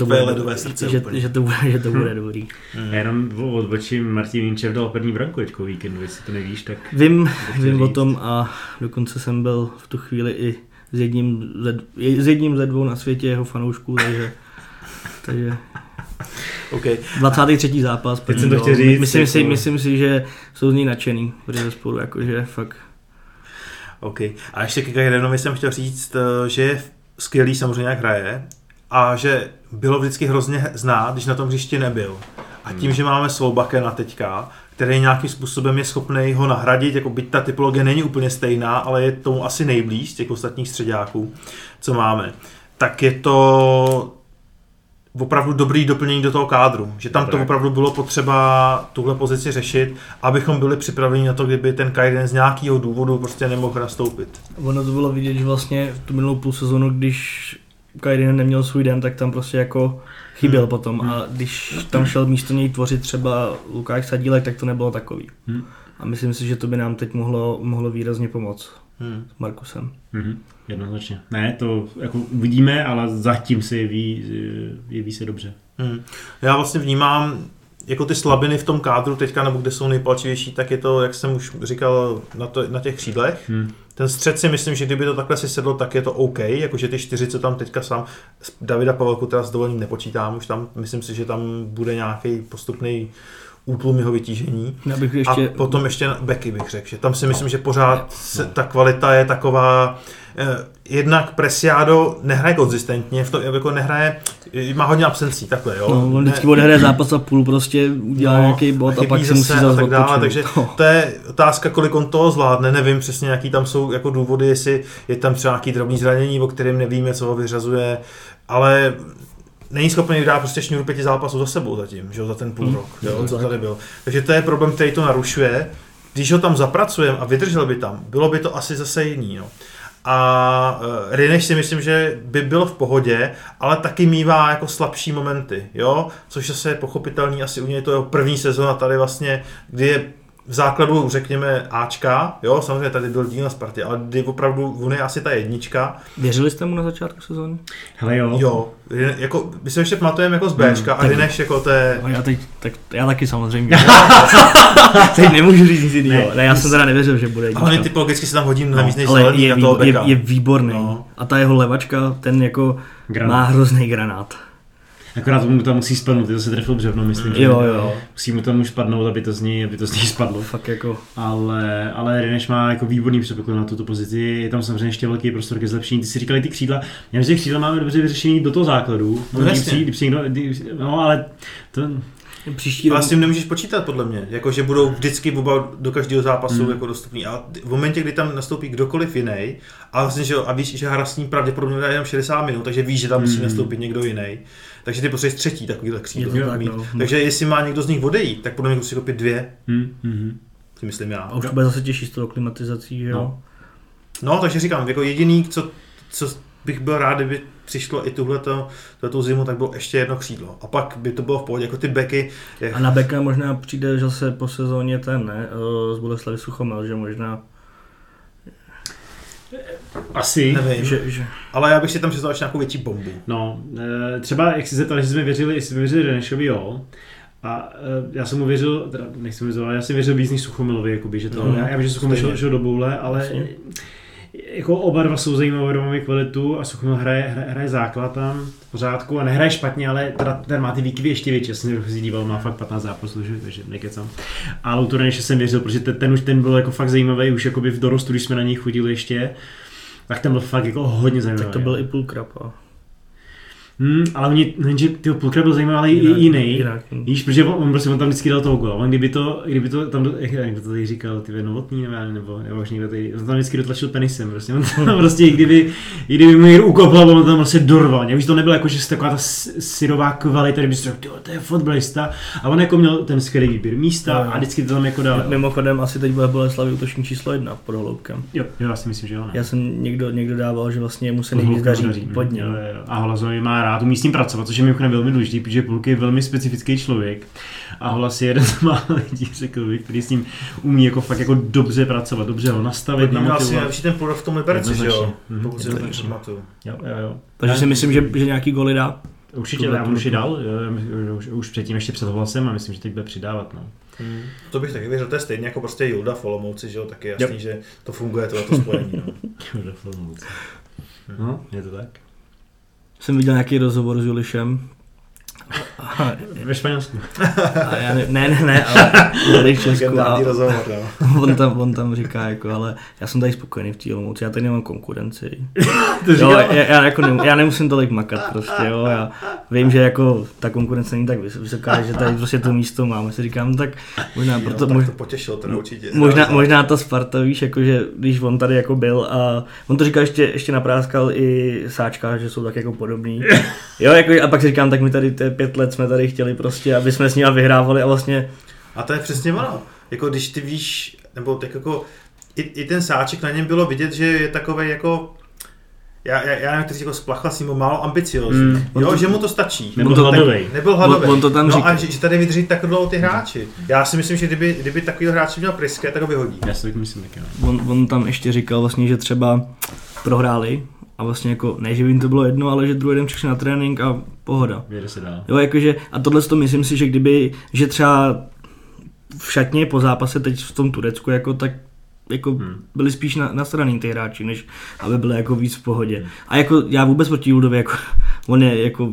dobrý. Jenom odbočím, Martin Minčev dal první branku teďko víkendu, jestli to nevíš, tak... Vím o tom a dokonce jsem byl v tu chvíli i s jedním ze 2 na světě jeho fanoušků, takže okay. 23. zápas. Teď jsem to chtěl říct. Myslím si, že jsou z ní nadšený, protože spolu jakože fakt... OK. A ještě ke Kairinovi jsem chtěl říct, že je skvělý samozřejmě jak hraje, a že bylo vždycky hrozně znát, když na tom hřišti nebyl. A tím, že máme Solbakkena teďka, který nějakým způsobem je schopný ho nahradit, jako byť ta typologie není úplně stejná, ale je tomu asi nejblíž z těch ostatních středáků, co máme, tak je to opravdu dobrý doplnění do toho kádru. Že tam to opravdu bylo potřeba tuhle pozici řešit, abychom byli připraveni na to, kdyby ten Kairin z nějakého důvodu prostě nemohl nastoupit. Ono to bylo vidět, že vlastně v tu minulou půl sezonu, když Kairin neměl svůj den, tak tam prostě jako chyběl potom a když tam šel místo něj tvořit třeba Lukáš Sadílek, tak to nebylo takový. A myslím si, že to by nám teď mohlo výrazně pomoct s Markusem. Jednoznačně. Ne, to jako uvidíme, ale zatím se jeví se dobře. Já vlastně vnímám jako ty slabiny v tom kádru teďka, nebo kde jsou nejpalčivější, tak je to, jak jsem už říkal, na těch křídlech. Ten střed si myslím, že kdyby to takhle si sedlo, tak je to OK, jakože ty 4, co tam teďka sám, Davida Pavelku teda s dovolením nepočítám, už tam, myslím si, že tam bude nějaký postupný útlum jeho vytížení. A potom ještě Becky bych řekl, že tam si myslím, že pořád ta kvalita je taková, jednak Preciado nehraje konzistentně, v tom jako nehraje, má hodně absencí, takhle, jo. No, on vždycky odehraje zápas a půl, prostě udělá nějaký bod a pak si musí zase odpočinout. Takže to je otázka, kolik on toho zvládne, nevím přesně, jaký tam jsou jako důvody, jestli je tam třeba nějaký drobný zranění, o kterém nevíme, co ho vyřazuje, ale není schopný dát prostě šňůru 5 zápasů za sebou zatím, že jo, za ten půl rok, jo, co tady byl. Takže to je problém, který to narušuje. Když ho tam zapracujeme a vydržel by tam, bylo by to asi zase jiný, no. A Rineš si myslím, že by byl v pohodě, ale taky mívá jako slabší momenty, jo, což zase je pochopitelný, asi u něj to je první sezona tady vlastně, kdy je v základu, řekněme, Ačka, jo, samozřejmě tady byl díl na Spartě, ale kdy opravdu on je asi ta jednička. Věřili jste mu na začátku sezóny? Hele jo. Jo, jako, my se ještě pamatujeme jako z Bčka a Rineš jako to je... Já taky samozřejmě. Teď nemůžu říct nic jiného. Ne, já jsem teda nevěřil, že bude jednička. Ale typologicky se tam hodím na víc než Zelený na toho beka. Je výborný. No. A ta jeho levačka, ten jako má hrozný granát. Akorát mu tam musí spadnout, ty to se trefil břevno, myslím, že jo. Musí mu tam už spadnout, aby to z ní spadlo. Fakt jako. Ale Rineš má jako výborný předpoklad na tuto pozici, je tam samozřejmě ještě velký prostor ke zlepšení. Ty si říkali ty křídla, já myslím, že křídla máme dobře vyřešený do toho základu. No ale to... Příští rok... s tím nemůžeš počítat podle mě, jako že budou vždycky oba do každého zápasu jako dostupný. A v momentě, kdy tam nastoupí kdokoliv jiný, a vlastně, že a víš, že hra s ním pravděpodobně dá jenom 60 minut, takže víš, že tam musí nastoupit někdo jiný. Takže ty potřebuješ třetí takovýhle křídlo. Takže jestli má někdo z nich odejít, tak podle mě musí koupit 2. Si myslím já. A už to bude zase těžší s tou klimatizací, že jo? No, takže říkám, jako jediný, co bych byl rád, kdyby přišlo i tuhletu zimu, tak bylo ještě jedno křídlo. A pak by to bylo v pohodě, jako ty beky. A na beka možná přijde zase po sezóně z Boleslavy Suchomel, že možná... Asi. Nevím, že... Ale já bych si tam představil ještě nějakou větší bombu. No, třeba, jak si zeptal, jestli jsme věřili Renešovi, jo. A já jsem mu věřil, teda nechci mu věřil, já jsem věřil víc než Suchomilovi, jakoby, že to, já vím, že Suchomil šel do boule, ale... Vlastně. Jako oba dva jsou zajímavé, mají kvalitu a Suchomil hraje základ tam v pořádku a nehraje špatně, ale teda ten má ty výkyvy ještě větší, já jsem se díval, má fakt 15 zápasů, takže nekecám. A Lutu Reneše jsem věřil, protože ten byl jako fakt zajímavý, už jakoby v dorostu, když jsme na něj chodili ještě, tak ten byl fakt jako hodně zajímavý. Tak to byl i Pulkrab. Ale jenže ty Pulkrab byl zajímavý, ale i jiný. Víš, protože on tam vždycky dal toho gola. On kdyby to tam, jak to tady říkal, ty Novotný nebo už někdo tady, on tam vždycky dotlačil penisem, prostě. On tam prostě, i kdyby mu někdo ukopl, on tam prostě dorval. Víš, to nebylo jako, že taková ta syrová kvalita, kdyby si řekl, to je fotbalista. A on jako měl ten skvělý výběr místa a vždycky to tam jako dal. Mimochodem asi teď bude Boleslavy útočník číslo 1 pod Holoubkem. Jo, já si myslím, že jo. Já jsem někdo dával, že vlastně mu se nejvíc daří pod ním. A Holazovi má rád umí s tím pracovat, což je mimochodem velmi důležitý, protože Pulk je velmi specifický člověk a Holas je jeden z mála lidí, řekl bych, který s ním umí jako fakt jako dobře pracovat, dobře ho nastavit, namotivovat. Asi nejlepší ten Pulk v tom Liberci, že jo? Pokud si to pamatuju. Jo. Takže si myslím, že nějaký goly dá. Určitě, já už ji dal, už předtím ještě před Holasem a myslím, že teď bude přidávat. No. To bych taky věřil, to je stejně jako prostě Julda v Olomouci, že jo, tak je jasný, že to funguje, tohleto spojení. No. Julda v Olomouci. No, je to tak. Jsem viděl nějaký rozhovor s Julišem. Ve Španělsku. Ne, ale tady v Česku. On tam říká, jako, ale já jsem tady spokojený v té Olomouci, já tady nemám konkurenci. Já nemusím tolik makat prostě, jo. Já vím, že jako ta konkurence není tak vysoká, že tady prostě to místo mám. Si říkám, tak možná proto... Tak to potěšilo teda určitě. Možná ta Sparta, víš, jako, že když on tady jako byl a on to říkal, ještě napráskal i Sáčka, že jsou tak jako podobný. Jo, jako, a pak si říkám, tak my tady 5 let jsme tady chtěli prostě, aby jsme s ním vyhrávali a vlastně... A to je přesně ono. Jako když ty víš, nebo tak jako i ten Sáček na něm bylo vidět, že je takovej jako... Já nevím, kteří jako splachla s ním málo ambiciózní. Že mu to stačí. Nebyl hladovej. On to tam říká. A že tady vydrží tak dlouho ty hráči. Já si myslím, že kdyby takovýho hráče měl Priske, tak ho vyhodí. Já si to myslím taky. On tam ještě říkal vlastně, že třeba prohráli a vlastně jako, ne, že by jim to bylo jedno, ale že druhý den přišli na trénink a pohoda. Jede se dál. Jo, jakože, a tohle to myslím si, že že třeba v šatně po zápase teď v tom Turecku, jako tak jako byli spíš nasraný ty hráči, než aby byli jako víc v pohodě. A jako já vůbec proti Juldovi, jako on je jako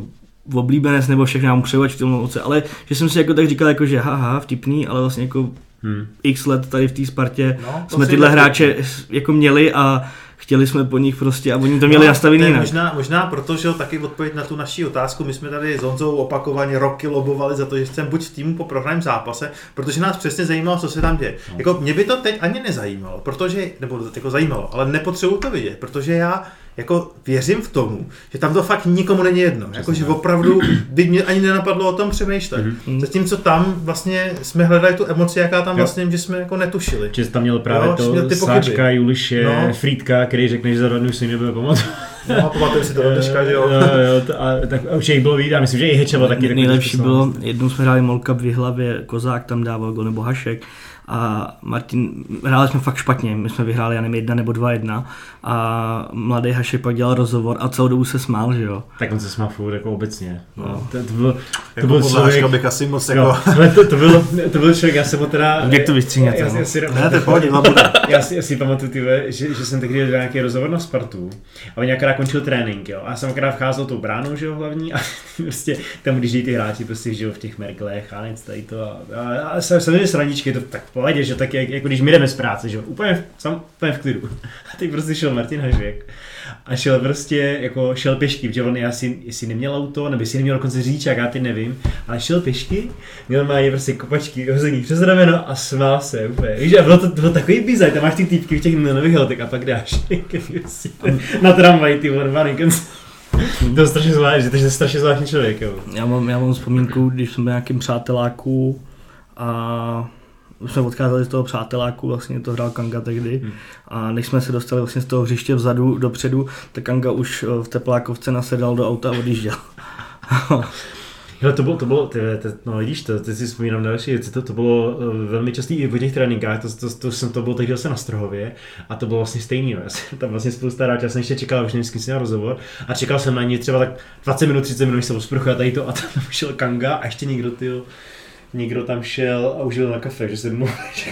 oblíbenec nebo všechno nám přeju, v tom moci, ale že jsem si jako tak říkal, jako, že haha, vtipný, ale vlastně jako x let tady v té Spartě jsme tyhle hráče jako měli a chtěli jsme po nich prostě a oni to měli nastavený jinak. Možná proto, že taky odpověď na tu naši otázku, my jsme tady s Honzou opakovaně roky lobovali za to, že chceme buď v týmu po prohraném zápase, protože nás přesně zajímalo, co se tam děje. Jako mě by to teď ani nezajímalo, protože, nebo jako zajímalo, ale nepotřebuji to vidět, protože já jako věřím v tomu, že tam to fakt nikomu není jedno. Jako, že opravdu by mě ani nenapadlo o tom přemýšlet. Zatímco tam vlastně jsme hledali tu emoci, jaká tam vlastně, že jsme jako netušili. Že jsi tam měl právě Sáčka, Juliše, Frýdka, který řekne, že za rodnou si nebude pomoct. No, pamatuju si to do dneška, že jo. Tak určitě jich bylo víc, a myslím, že i Hečeva taky. Nejlepší bylo, jednou jsme hráli Mall Cup v Jihlavě, Kozák tam dával gol nebo Hašek. A Martin, hráli jsme fakt špatně, my jsme vyhráli, já nevím, 1 nebo 2-1 a mladý Hašek pak dělal rozhovor a celou dobu se smál, že jo. Tak on se smál furt jako obecně. No. To byl člověk, bych asi moc jako... To byl člověk, já jsem ho teda... Jak to vystříhněte? Ne, to je pohodě, Já si pamatuju, že jsem tehdy dělal nějaký rozhovor na Spartu a oni akorát končil trénink, jo. A já jsem akorát vcházel tou bránou, že jo, hlavní a prostě tam, když ty hráči prostě žijou v těch Merklech a nic tady to a samozřejmě srandičky, to tak pohodě, že tak jako když my jdeme z práce, že jo, úplně v klidu. A teď prostě šel Martin Hašek a šel prostě, jako šel pěšky, protože on jestli neměl auto, nebo jestli neměl dokonce řidičák, já teď nevím, ale šel pěšky, měl má prostě kopačky hozený přes rameno a smál se úplně. Víš, a bylo takový bizar, tam máš ty týpky v těch nových letech a pak dáš na tramvaj, ty normální konce. To je strašně zvláštní, to je strašně zvláštní člověk, jo. Já mám vzpomínku, když jsem byl nějakým přáteláku a už jsme odcházeli z toho přáteláku, vlastně to hrál Kanga tehdy a než jsme se dostali vlastně z toho hřiště vzadu dopředu, tak Kanga už v teplákovce nasedal do auta a odjížděl. Hele, to bylo, no vidíš to, teď si vzpomínám na další věci, to bylo velmi častý i v těch tréninkách, to bylo tehdy zase na Strohově a to bylo vlastně stejný, no. Já jsem tam vlastně spousta hráčů, já jsem ještě čekal, už nevím, s kým si na rozhovor a čekal jsem na ně třeba tak 20 minut, 30 minut, když se osprchu a tady to a tam šel Kanga a ještě někdo tam šel a už byl na kafe, že se domluvil,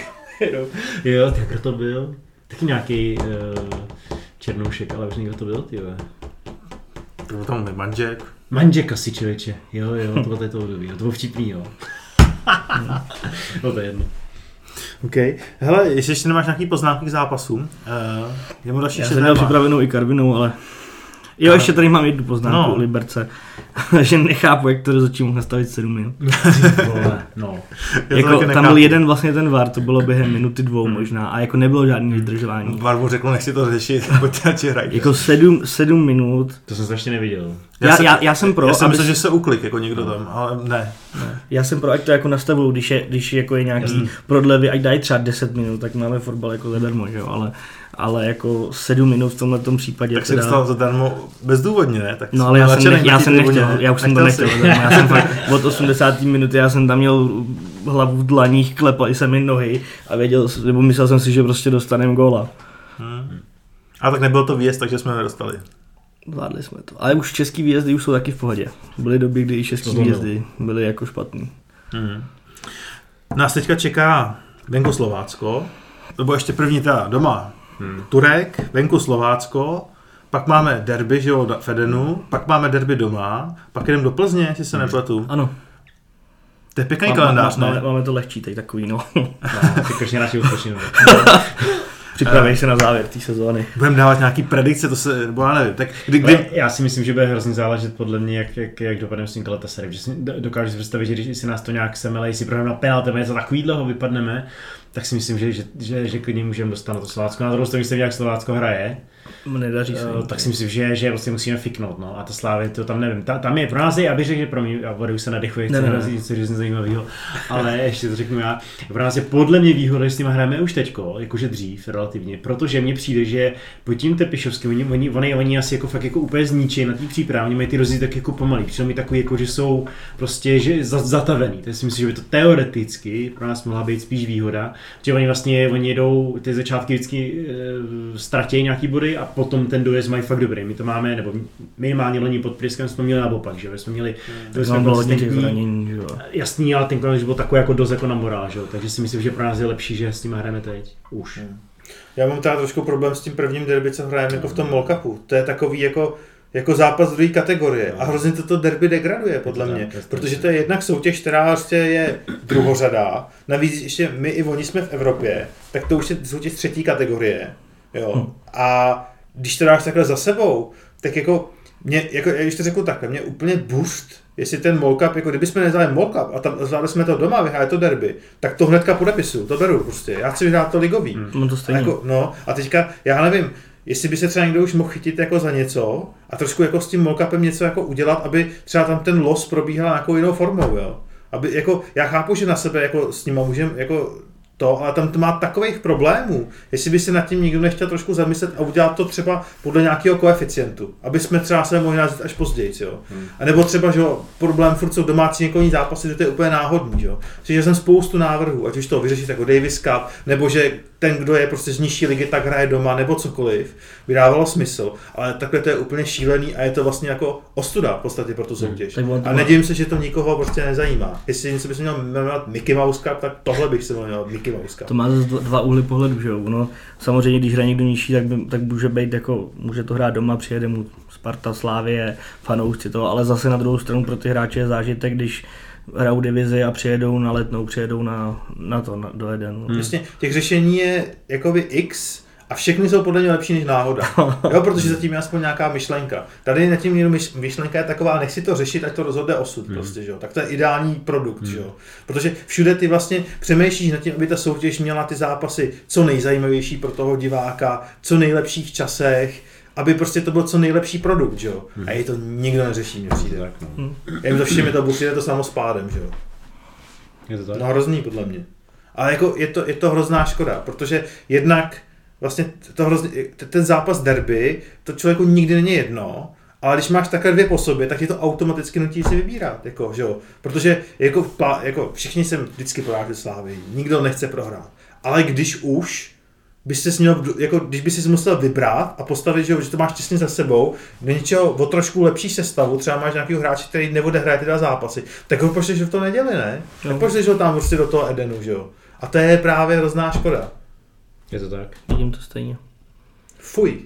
jo, tak kdo to byl? Taky nějaký Černoušek, ale už někdo to byl, tyhle. To byl tam Manžek. Manžek asi, člověče. Jo, to bylo tady to období, to bylo vtipný, jo. No to je jedno. OK. Hele, jestli ještě nemáš nějaký poznámky k zápasům, já jsem měl připravenou i Karvinou, ale... Jo, ještě tady mám jednu poznámku o Liberce, že nechápu, jak to rozhodčí mohl nastavit 7 minut. No. Jako, tam byl jeden vlastně ten VAR, to bylo během minuty 2 možná a jako nebylo žádný zdržování. VAR mu řekl, nechci to řešit, pojďte radši hrajte. Jako 7 minut. To jsem ještě neviděl. Já jsem pro. Já jsem myslel, že se uklik jako někdo tam, ale ne. Já jsem pro, ať to jako nastavují, když jako je nějaký prodlevy, ať dají třeba 10 minut, tak máme fotbal jako zadarmo, že jo, ale jako 7 minut v tomhletom případě. Tak jsem dostal zadarmo bezdůvodně, ne? Tak no ale já jsem nechtěl, já už jsem to nechtěl. Já jsem fakt od 80. minuty, já jsem tam měl hlavu v dlaních, klepali se mi nohy a myslel jsem si, že prostě dostaneme góla. A tak nebyl to výjezd, takže jsme ho nedostali. Zvládli jsme to. Ale už český výjezdy už jsou taky v pohodě. Byly doby, kdy i český výjezdy byly jako špatný. Nás teďka čeká venku Slovácko, nebo ještě první teda doma Turek, venku Slovácko, pak máme derby, že jo, v Edenu, pak máme derby doma, pak jdeme do Plzně, jestli se nepletu. Ano. To je pěkný kalendář, ne? Máme to lehčí, teď takový, no. Ty každý naši úspěšný. Připraví se na závěr té sezóny. Budeme dávat nějaký predikce, to se, nebo já nevím. Tak já si myslím, že bude hrozně záležet podle mě, jak dopadneme s tím Galatasaray. Že si dokážu si představit, že když si nás to nějak semele, jestli prohrám na penalty, něco takovýhleho vypadneme, tak si myslím, že klidně můžeme dostat na to Slovácko. Na druhou stranu, když se jak Slovácko hraje, nedaří se. Tak si myslím, že vlastně musíme fiknout, no. A ta Slávě, to tam nevím. Tam je pro nás, abych řekl, že pro mě, a už se nadechuje, chci narazit něco hrozně zajímavého, ale ještě to řeknu já. Pro nás je podle mě výhoda, že s tím hrajeme už teďko, jakože dřív relativně, protože mně přijde, že po tím Tepišovským, oni asi jako fakt jako úplně zničí na té přípravě, oni mají ty rozdíly tak jako pomalý, přitom taky jako, že jsou prostě že zatavený. Takže si myslím, že by to teoreticky pro nás mohla být spíš výhoda, že oni jedou ty začátky vždycky ztratějí nějaký body a potom ten dojezd mají fakt dobrý. My to máme, nebo minimálně loni pod Priskem jsme měli naopak, že jsme měli jasný, ale ten konec byl takový jako dost jako na morál, že? Takže si myslím, že pro nás je lepší, že s tím hrajeme teď. Už. Já mám teda trošku problém s tím prvním derby, co hrajeme jako v tom Mall Cupu. To je takový jako jako zápas druhé kategorie a hrozně to derby degraduje podle mě, protože to je jednak soutěž, která prostě je druhořadá, navíc ještě my i oni jsme v Evropě, tak to už je soutěž třetí kategorie, jo, a když to dáš takhle za sebou, tak jako mě, jako když to řeknu takhle, mě úplně boost, jestli ten Molcup, jako kdybychom nezvládli Molcup a tam zvládli jsme to doma, vyhráli to derby, tak to hnedka podepisu, to beru prostě, já chci vyhrát to ligový. To stejně. Jako, no a teďka, já nevím, jestli by se třeba někdo už mohl chytit jako za něco a trošku jako s tím Molcupem něco jako udělat, aby třeba tam ten los probíhal nějakou jinou formou, jo. Aby jako, já chápu, že na sebe jako s nima můžeme jako to, ale tam to má takových problémů, jestli by se nad tím nikdo nechtěl trošku zamyslet a udělat to třeba podle nějakého koeficientu, aby jsme třeba se mohli názít až později, jo. A nebo třeba, že jo, problém furt jsou domácí několik zápasy, že to je úplně náhodný, jo. Takže jsem spoustu návrhů, ať už to vyřešit jako Davis Cup, nebo že ten, kdo je prostě z nižší ligy, tak hraje doma, nebo cokoliv, by dávalo smysl, ale takhle to je úplně šílený a je to vlastně jako ostuda v podstatě pro tu soutěž. A nedivím se, že to nikoho prostě nezajímá. Jestli něco bys měl jmenovat Mickey Mouse Cup, tak tohle bych se měl jmenovat Mickey Mouse Cup. To má zase dva úhly pohledu, že jo. No, samozřejmě, když hraje někdo nižší, tak může být jako, může to hrát doma, přijede mu Sparta, Slavie, fanoušci to, ale zase na druhou stranu pro ty hráče je zážitek, když hrajou divizi a přijedou na Letnou, přijedou do Edenu. Vlastně těch řešení je jakoby X a všechny jsou podle mě lepší než náhoda. Jo, protože zatím je aspoň nějaká myšlenka. Tady na tím jenom myšlenka je taková, nech si to řešit, ať to rozhodne osud prostě, že jo. Tak to je ideální produkt, že jo. Protože všude ty vlastně přemýšlíš nad tím, aby ta soutěž měla ty zápasy co nejzajímavější pro toho diváka, co nejlepších časech, aby prostě to byl co nejlepší produkt, že jo. A je to nikdo neřeší, mně přijde. Jak to všem je to buchý, je to samo s pádem, že jo. Je to tak? No hrozný podle mě. Ale jako je to hrozná škoda, protože jednak vlastně ten zápas derby, to člověku nikdy není jedno, ale když máš takhle dvě po sobě, tak je to automaticky nutí si vybírat, jako, že jo. Protože jako všichni jsem vždycky poráželi Slávy, nikdo nechce prohrát. Ale když už bys se měl, jako když bys si musel vybrat a postavit, že to máš těsně za sebou, do něčeho o trošku lepší sestavu, třeba máš nějakého hráče, který neodehraje ty dva zápasy, tak ho pošleš v to neděli, ne? Tak pošleš ho tam prostě do toho Edenu, že jo. A to je právě hrozná škoda. Je to tak? Vidím to stejně. Fuj.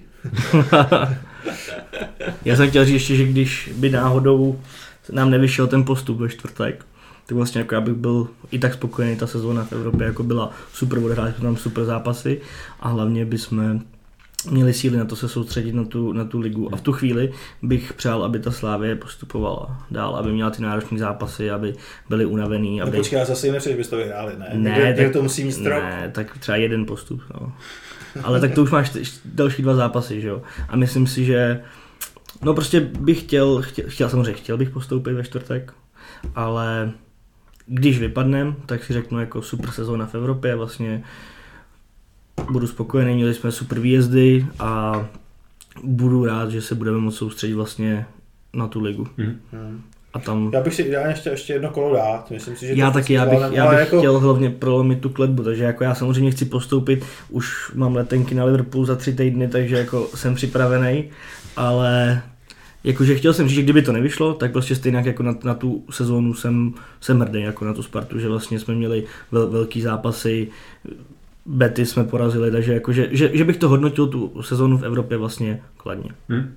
Já jsem chtěl říct ještě, že když by náhodou nám nevyšel ten postup ve čtvrtek, tak vlastně jako já bych byl i tak spokojený, ta sezóna v Evropě jako byla super, odehráli jsme tam super zápasy a hlavně bychom měli síly na to se soustředit na tu ligu a v tu chvíli bych přál, aby ta Slavie postupovala dál, aby měla ty náročné zápasy, aby byli unavený. Aby... No počkej, já zase jim nepřeji, byste to vyhráli, ne? Ne, to musí mít strop. Ne, tak třeba jeden postup, no. Ale tak to už máš další dva zápasy, že jo. A myslím si, že no prostě bych chtěl bych postoupit ve čtvrtek, ale když vypadnem, tak si řeknu jako super sezóna v Evropě, vlastně budu spokojený, měli jsme super výjezdy a budu rád, že se budeme moct soustředit vlastně na tu ligu. A tam... Já bych si ideálně ještě jedno kolo dát, myslím si, že já bych jako... chtěl hlavně prolomit tu kletbu, takže jako já samozřejmě chci postoupit, už mám letenky na Liverpool za 3 týdny, takže jako jsem připravený, ale jakože chtěl jsem říct, že kdyby to nevyšlo, tak prostě stejně jako na tu sezónu jsem hrdý jako na tu Spartu, že vlastně jsme měli velký zápasy, Bety jsme porazili, takže jakože, že bych to hodnotil tu sezónu v Evropě vlastně kladně.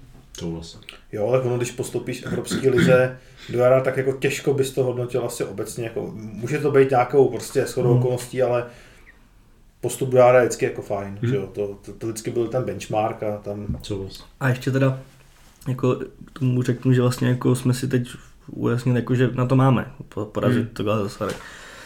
Jo, ale ono, když postoupíš v Evropské lize do jara, tak jako těžko bys to hodnotil asi obecně, jako může to být nějakou prostě shodou okolností, ale postup do jara je vždycky jako fajn, že jo, to vždycky byl ten benchmark a tam... A ještě teda, jako k tomu řeknu, že vlastně jako jsme si teď ujasnili, jako, že na to máme porazit to Galatasaray.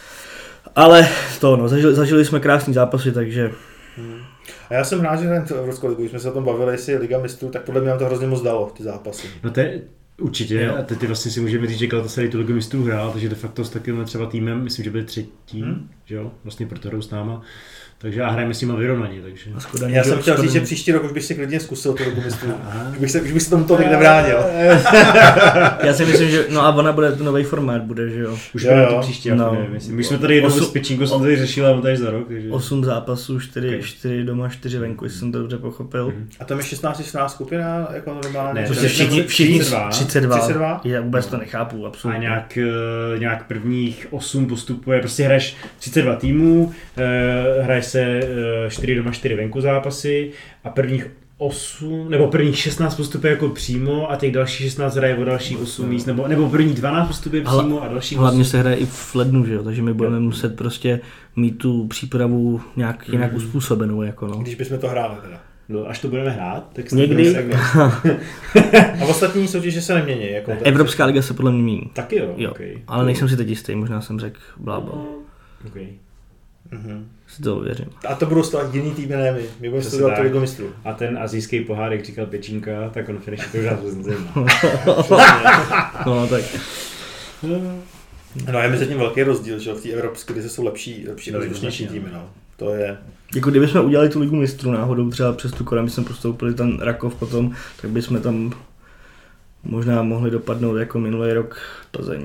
Ale to no, zažili jsme krásný zápasy, takže... A já jsem rád, že hrajeme tu Evropskou ligu, když jsme se o tom bavili, jestli Liga mistrů, tak podle mě nám to hrozně moc dalo, ty zápasy. No to je určitě, jo. A teď vlastně si můžeme říct, že Galatasaray tu Ligu mistrů hrál, takže de facto s takovým třeba týmem, myslím, že byli třetí, že jo, vlastně proto hrajou s náma. Takže a hrajeme s nima vyrovnaně, takže... Já jsem chtěl říct, že příští rok už bych si klidně zkusil tu Ligu mistrů. Už bych se tomu tolik nebránil. Já si myslím, že no a ona bude, to nový formát bude, že jo. Už bude to příští, my jsme tady jednou s Pečínkou jsme tady řešili, ale tady za rok, takže... 8 zápasů, 4 doma, 4 venku, jestli jsem to dobře pochopil. A tam je 16 skupina, jako normálně? Ne, prostě všichni 32. Já vůbec to nechápu, absolutně. A nějak prvních 8 postupuje, prostě hraješ 32 týmů, hraješ se 4 doma, 4 venku zápasy a prvních 8, nebo prvních 16 postupuje jako přímo a těch dalších 16 hraje o další 8 míst, nebo první 12 postupuje přímo a další 8. Hlavně se hraje i v lednu, že jo? Takže my budeme muset prostě mít tu přípravu nějak jinak uspůsobenou. Jako no. Když bychom to hráli teda. No, až to budeme hrát, tak někdy. A v ostatní soutěže se nemění. Jako Evropská liga se podle mě mění. Taky jo. Okay. Ale nejsem si teď jistý, možná jsem řekl blábol. Okay. Si to věřím. A to budou stát jiný týmy, ne my. My budeme studovat tu ligu mistrů. A ten asijský pohár, jak říkal Pečínka, tak on finiši to už nás vůbec nezajímá. No tak. No a je mezi tím velký rozdíl, že v té evropské lize jsou lepší rozlišnější týmy, no. To je... Jako kdybychom udělali tu ligu mistrů náhodou, třeba přes tu Korem, jsme postoupili ten Rakov potom, tak bychom tam možná mohli dopadnout jako minulý rok Plzeň.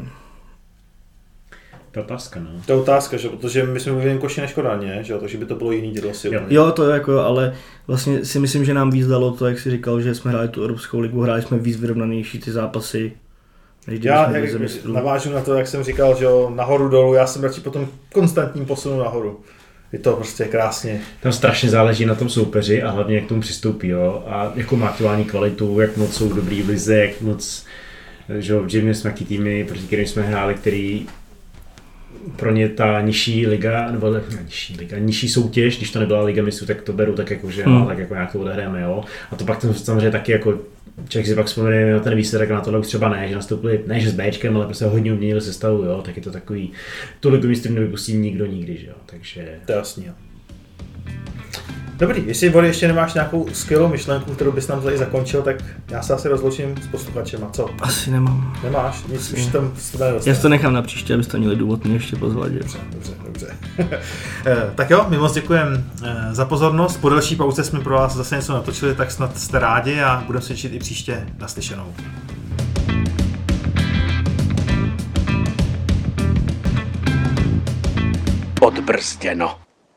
To je otázka, no. To je otázka, že? Protože my jsme byli koši než Kodaně, že? Takže by to bylo jiný díl asi. Jo, to je jako, ale vlastně si myslím, že nám víc dalo to, jak jsi říkal, že jsme hráli tu Evropskou ligu, hráli jsme víc vyrovnanější ty zápasy. Já navážu na to, jak jsem říkal, že jo, nahoru dolů, já jsem radši po tom konstantním posunu nahoru. Je to prostě krásně. Tam strašně záleží na tom soupeři a hlavně jak k tomu přistoupí, jo. A jakou má aktuální kvalitu, jak moc jsou dobrý v lize, jak moc, že jo, že jsme taky týmy, proti kterým jsme hráli, který pro ně ta nižší liga, nebo nižší soutěž, když to nebyla liga mistrů, tak to beru tak jako, že tak jako nějak to odehrajeme, jo. A to pak to samozřejmě taky jako člověk si pak vzpomene na ten výsledek, na tohle už třeba ne, že nastoupili, ne že s Bčkem, ale prostě hodně uměnili sestavu, jo, tak je to takový, tu ligu mistrů nevypustí nikdo nikdy, že jo, takže... To je jasný, jo. Dobrý, jestli Vody ještě nemáš nějakou skvělou myšlenku, kterou bys nám tady zakončil, tak já se asi rozloučím s posluchačema, co? Asi nemám. Nemáš? Nic už tam se nedostane. Já si to nechám na příště, abyste měli důvod mě ještě pozvat. Dobře. Tak jo, my moc děkujeme za pozornost. Po delší pauze jsme pro vás zase něco natočili, tak snad jste rádi a budeme se těšit i příště. Naslyšenou. Odbrzděno.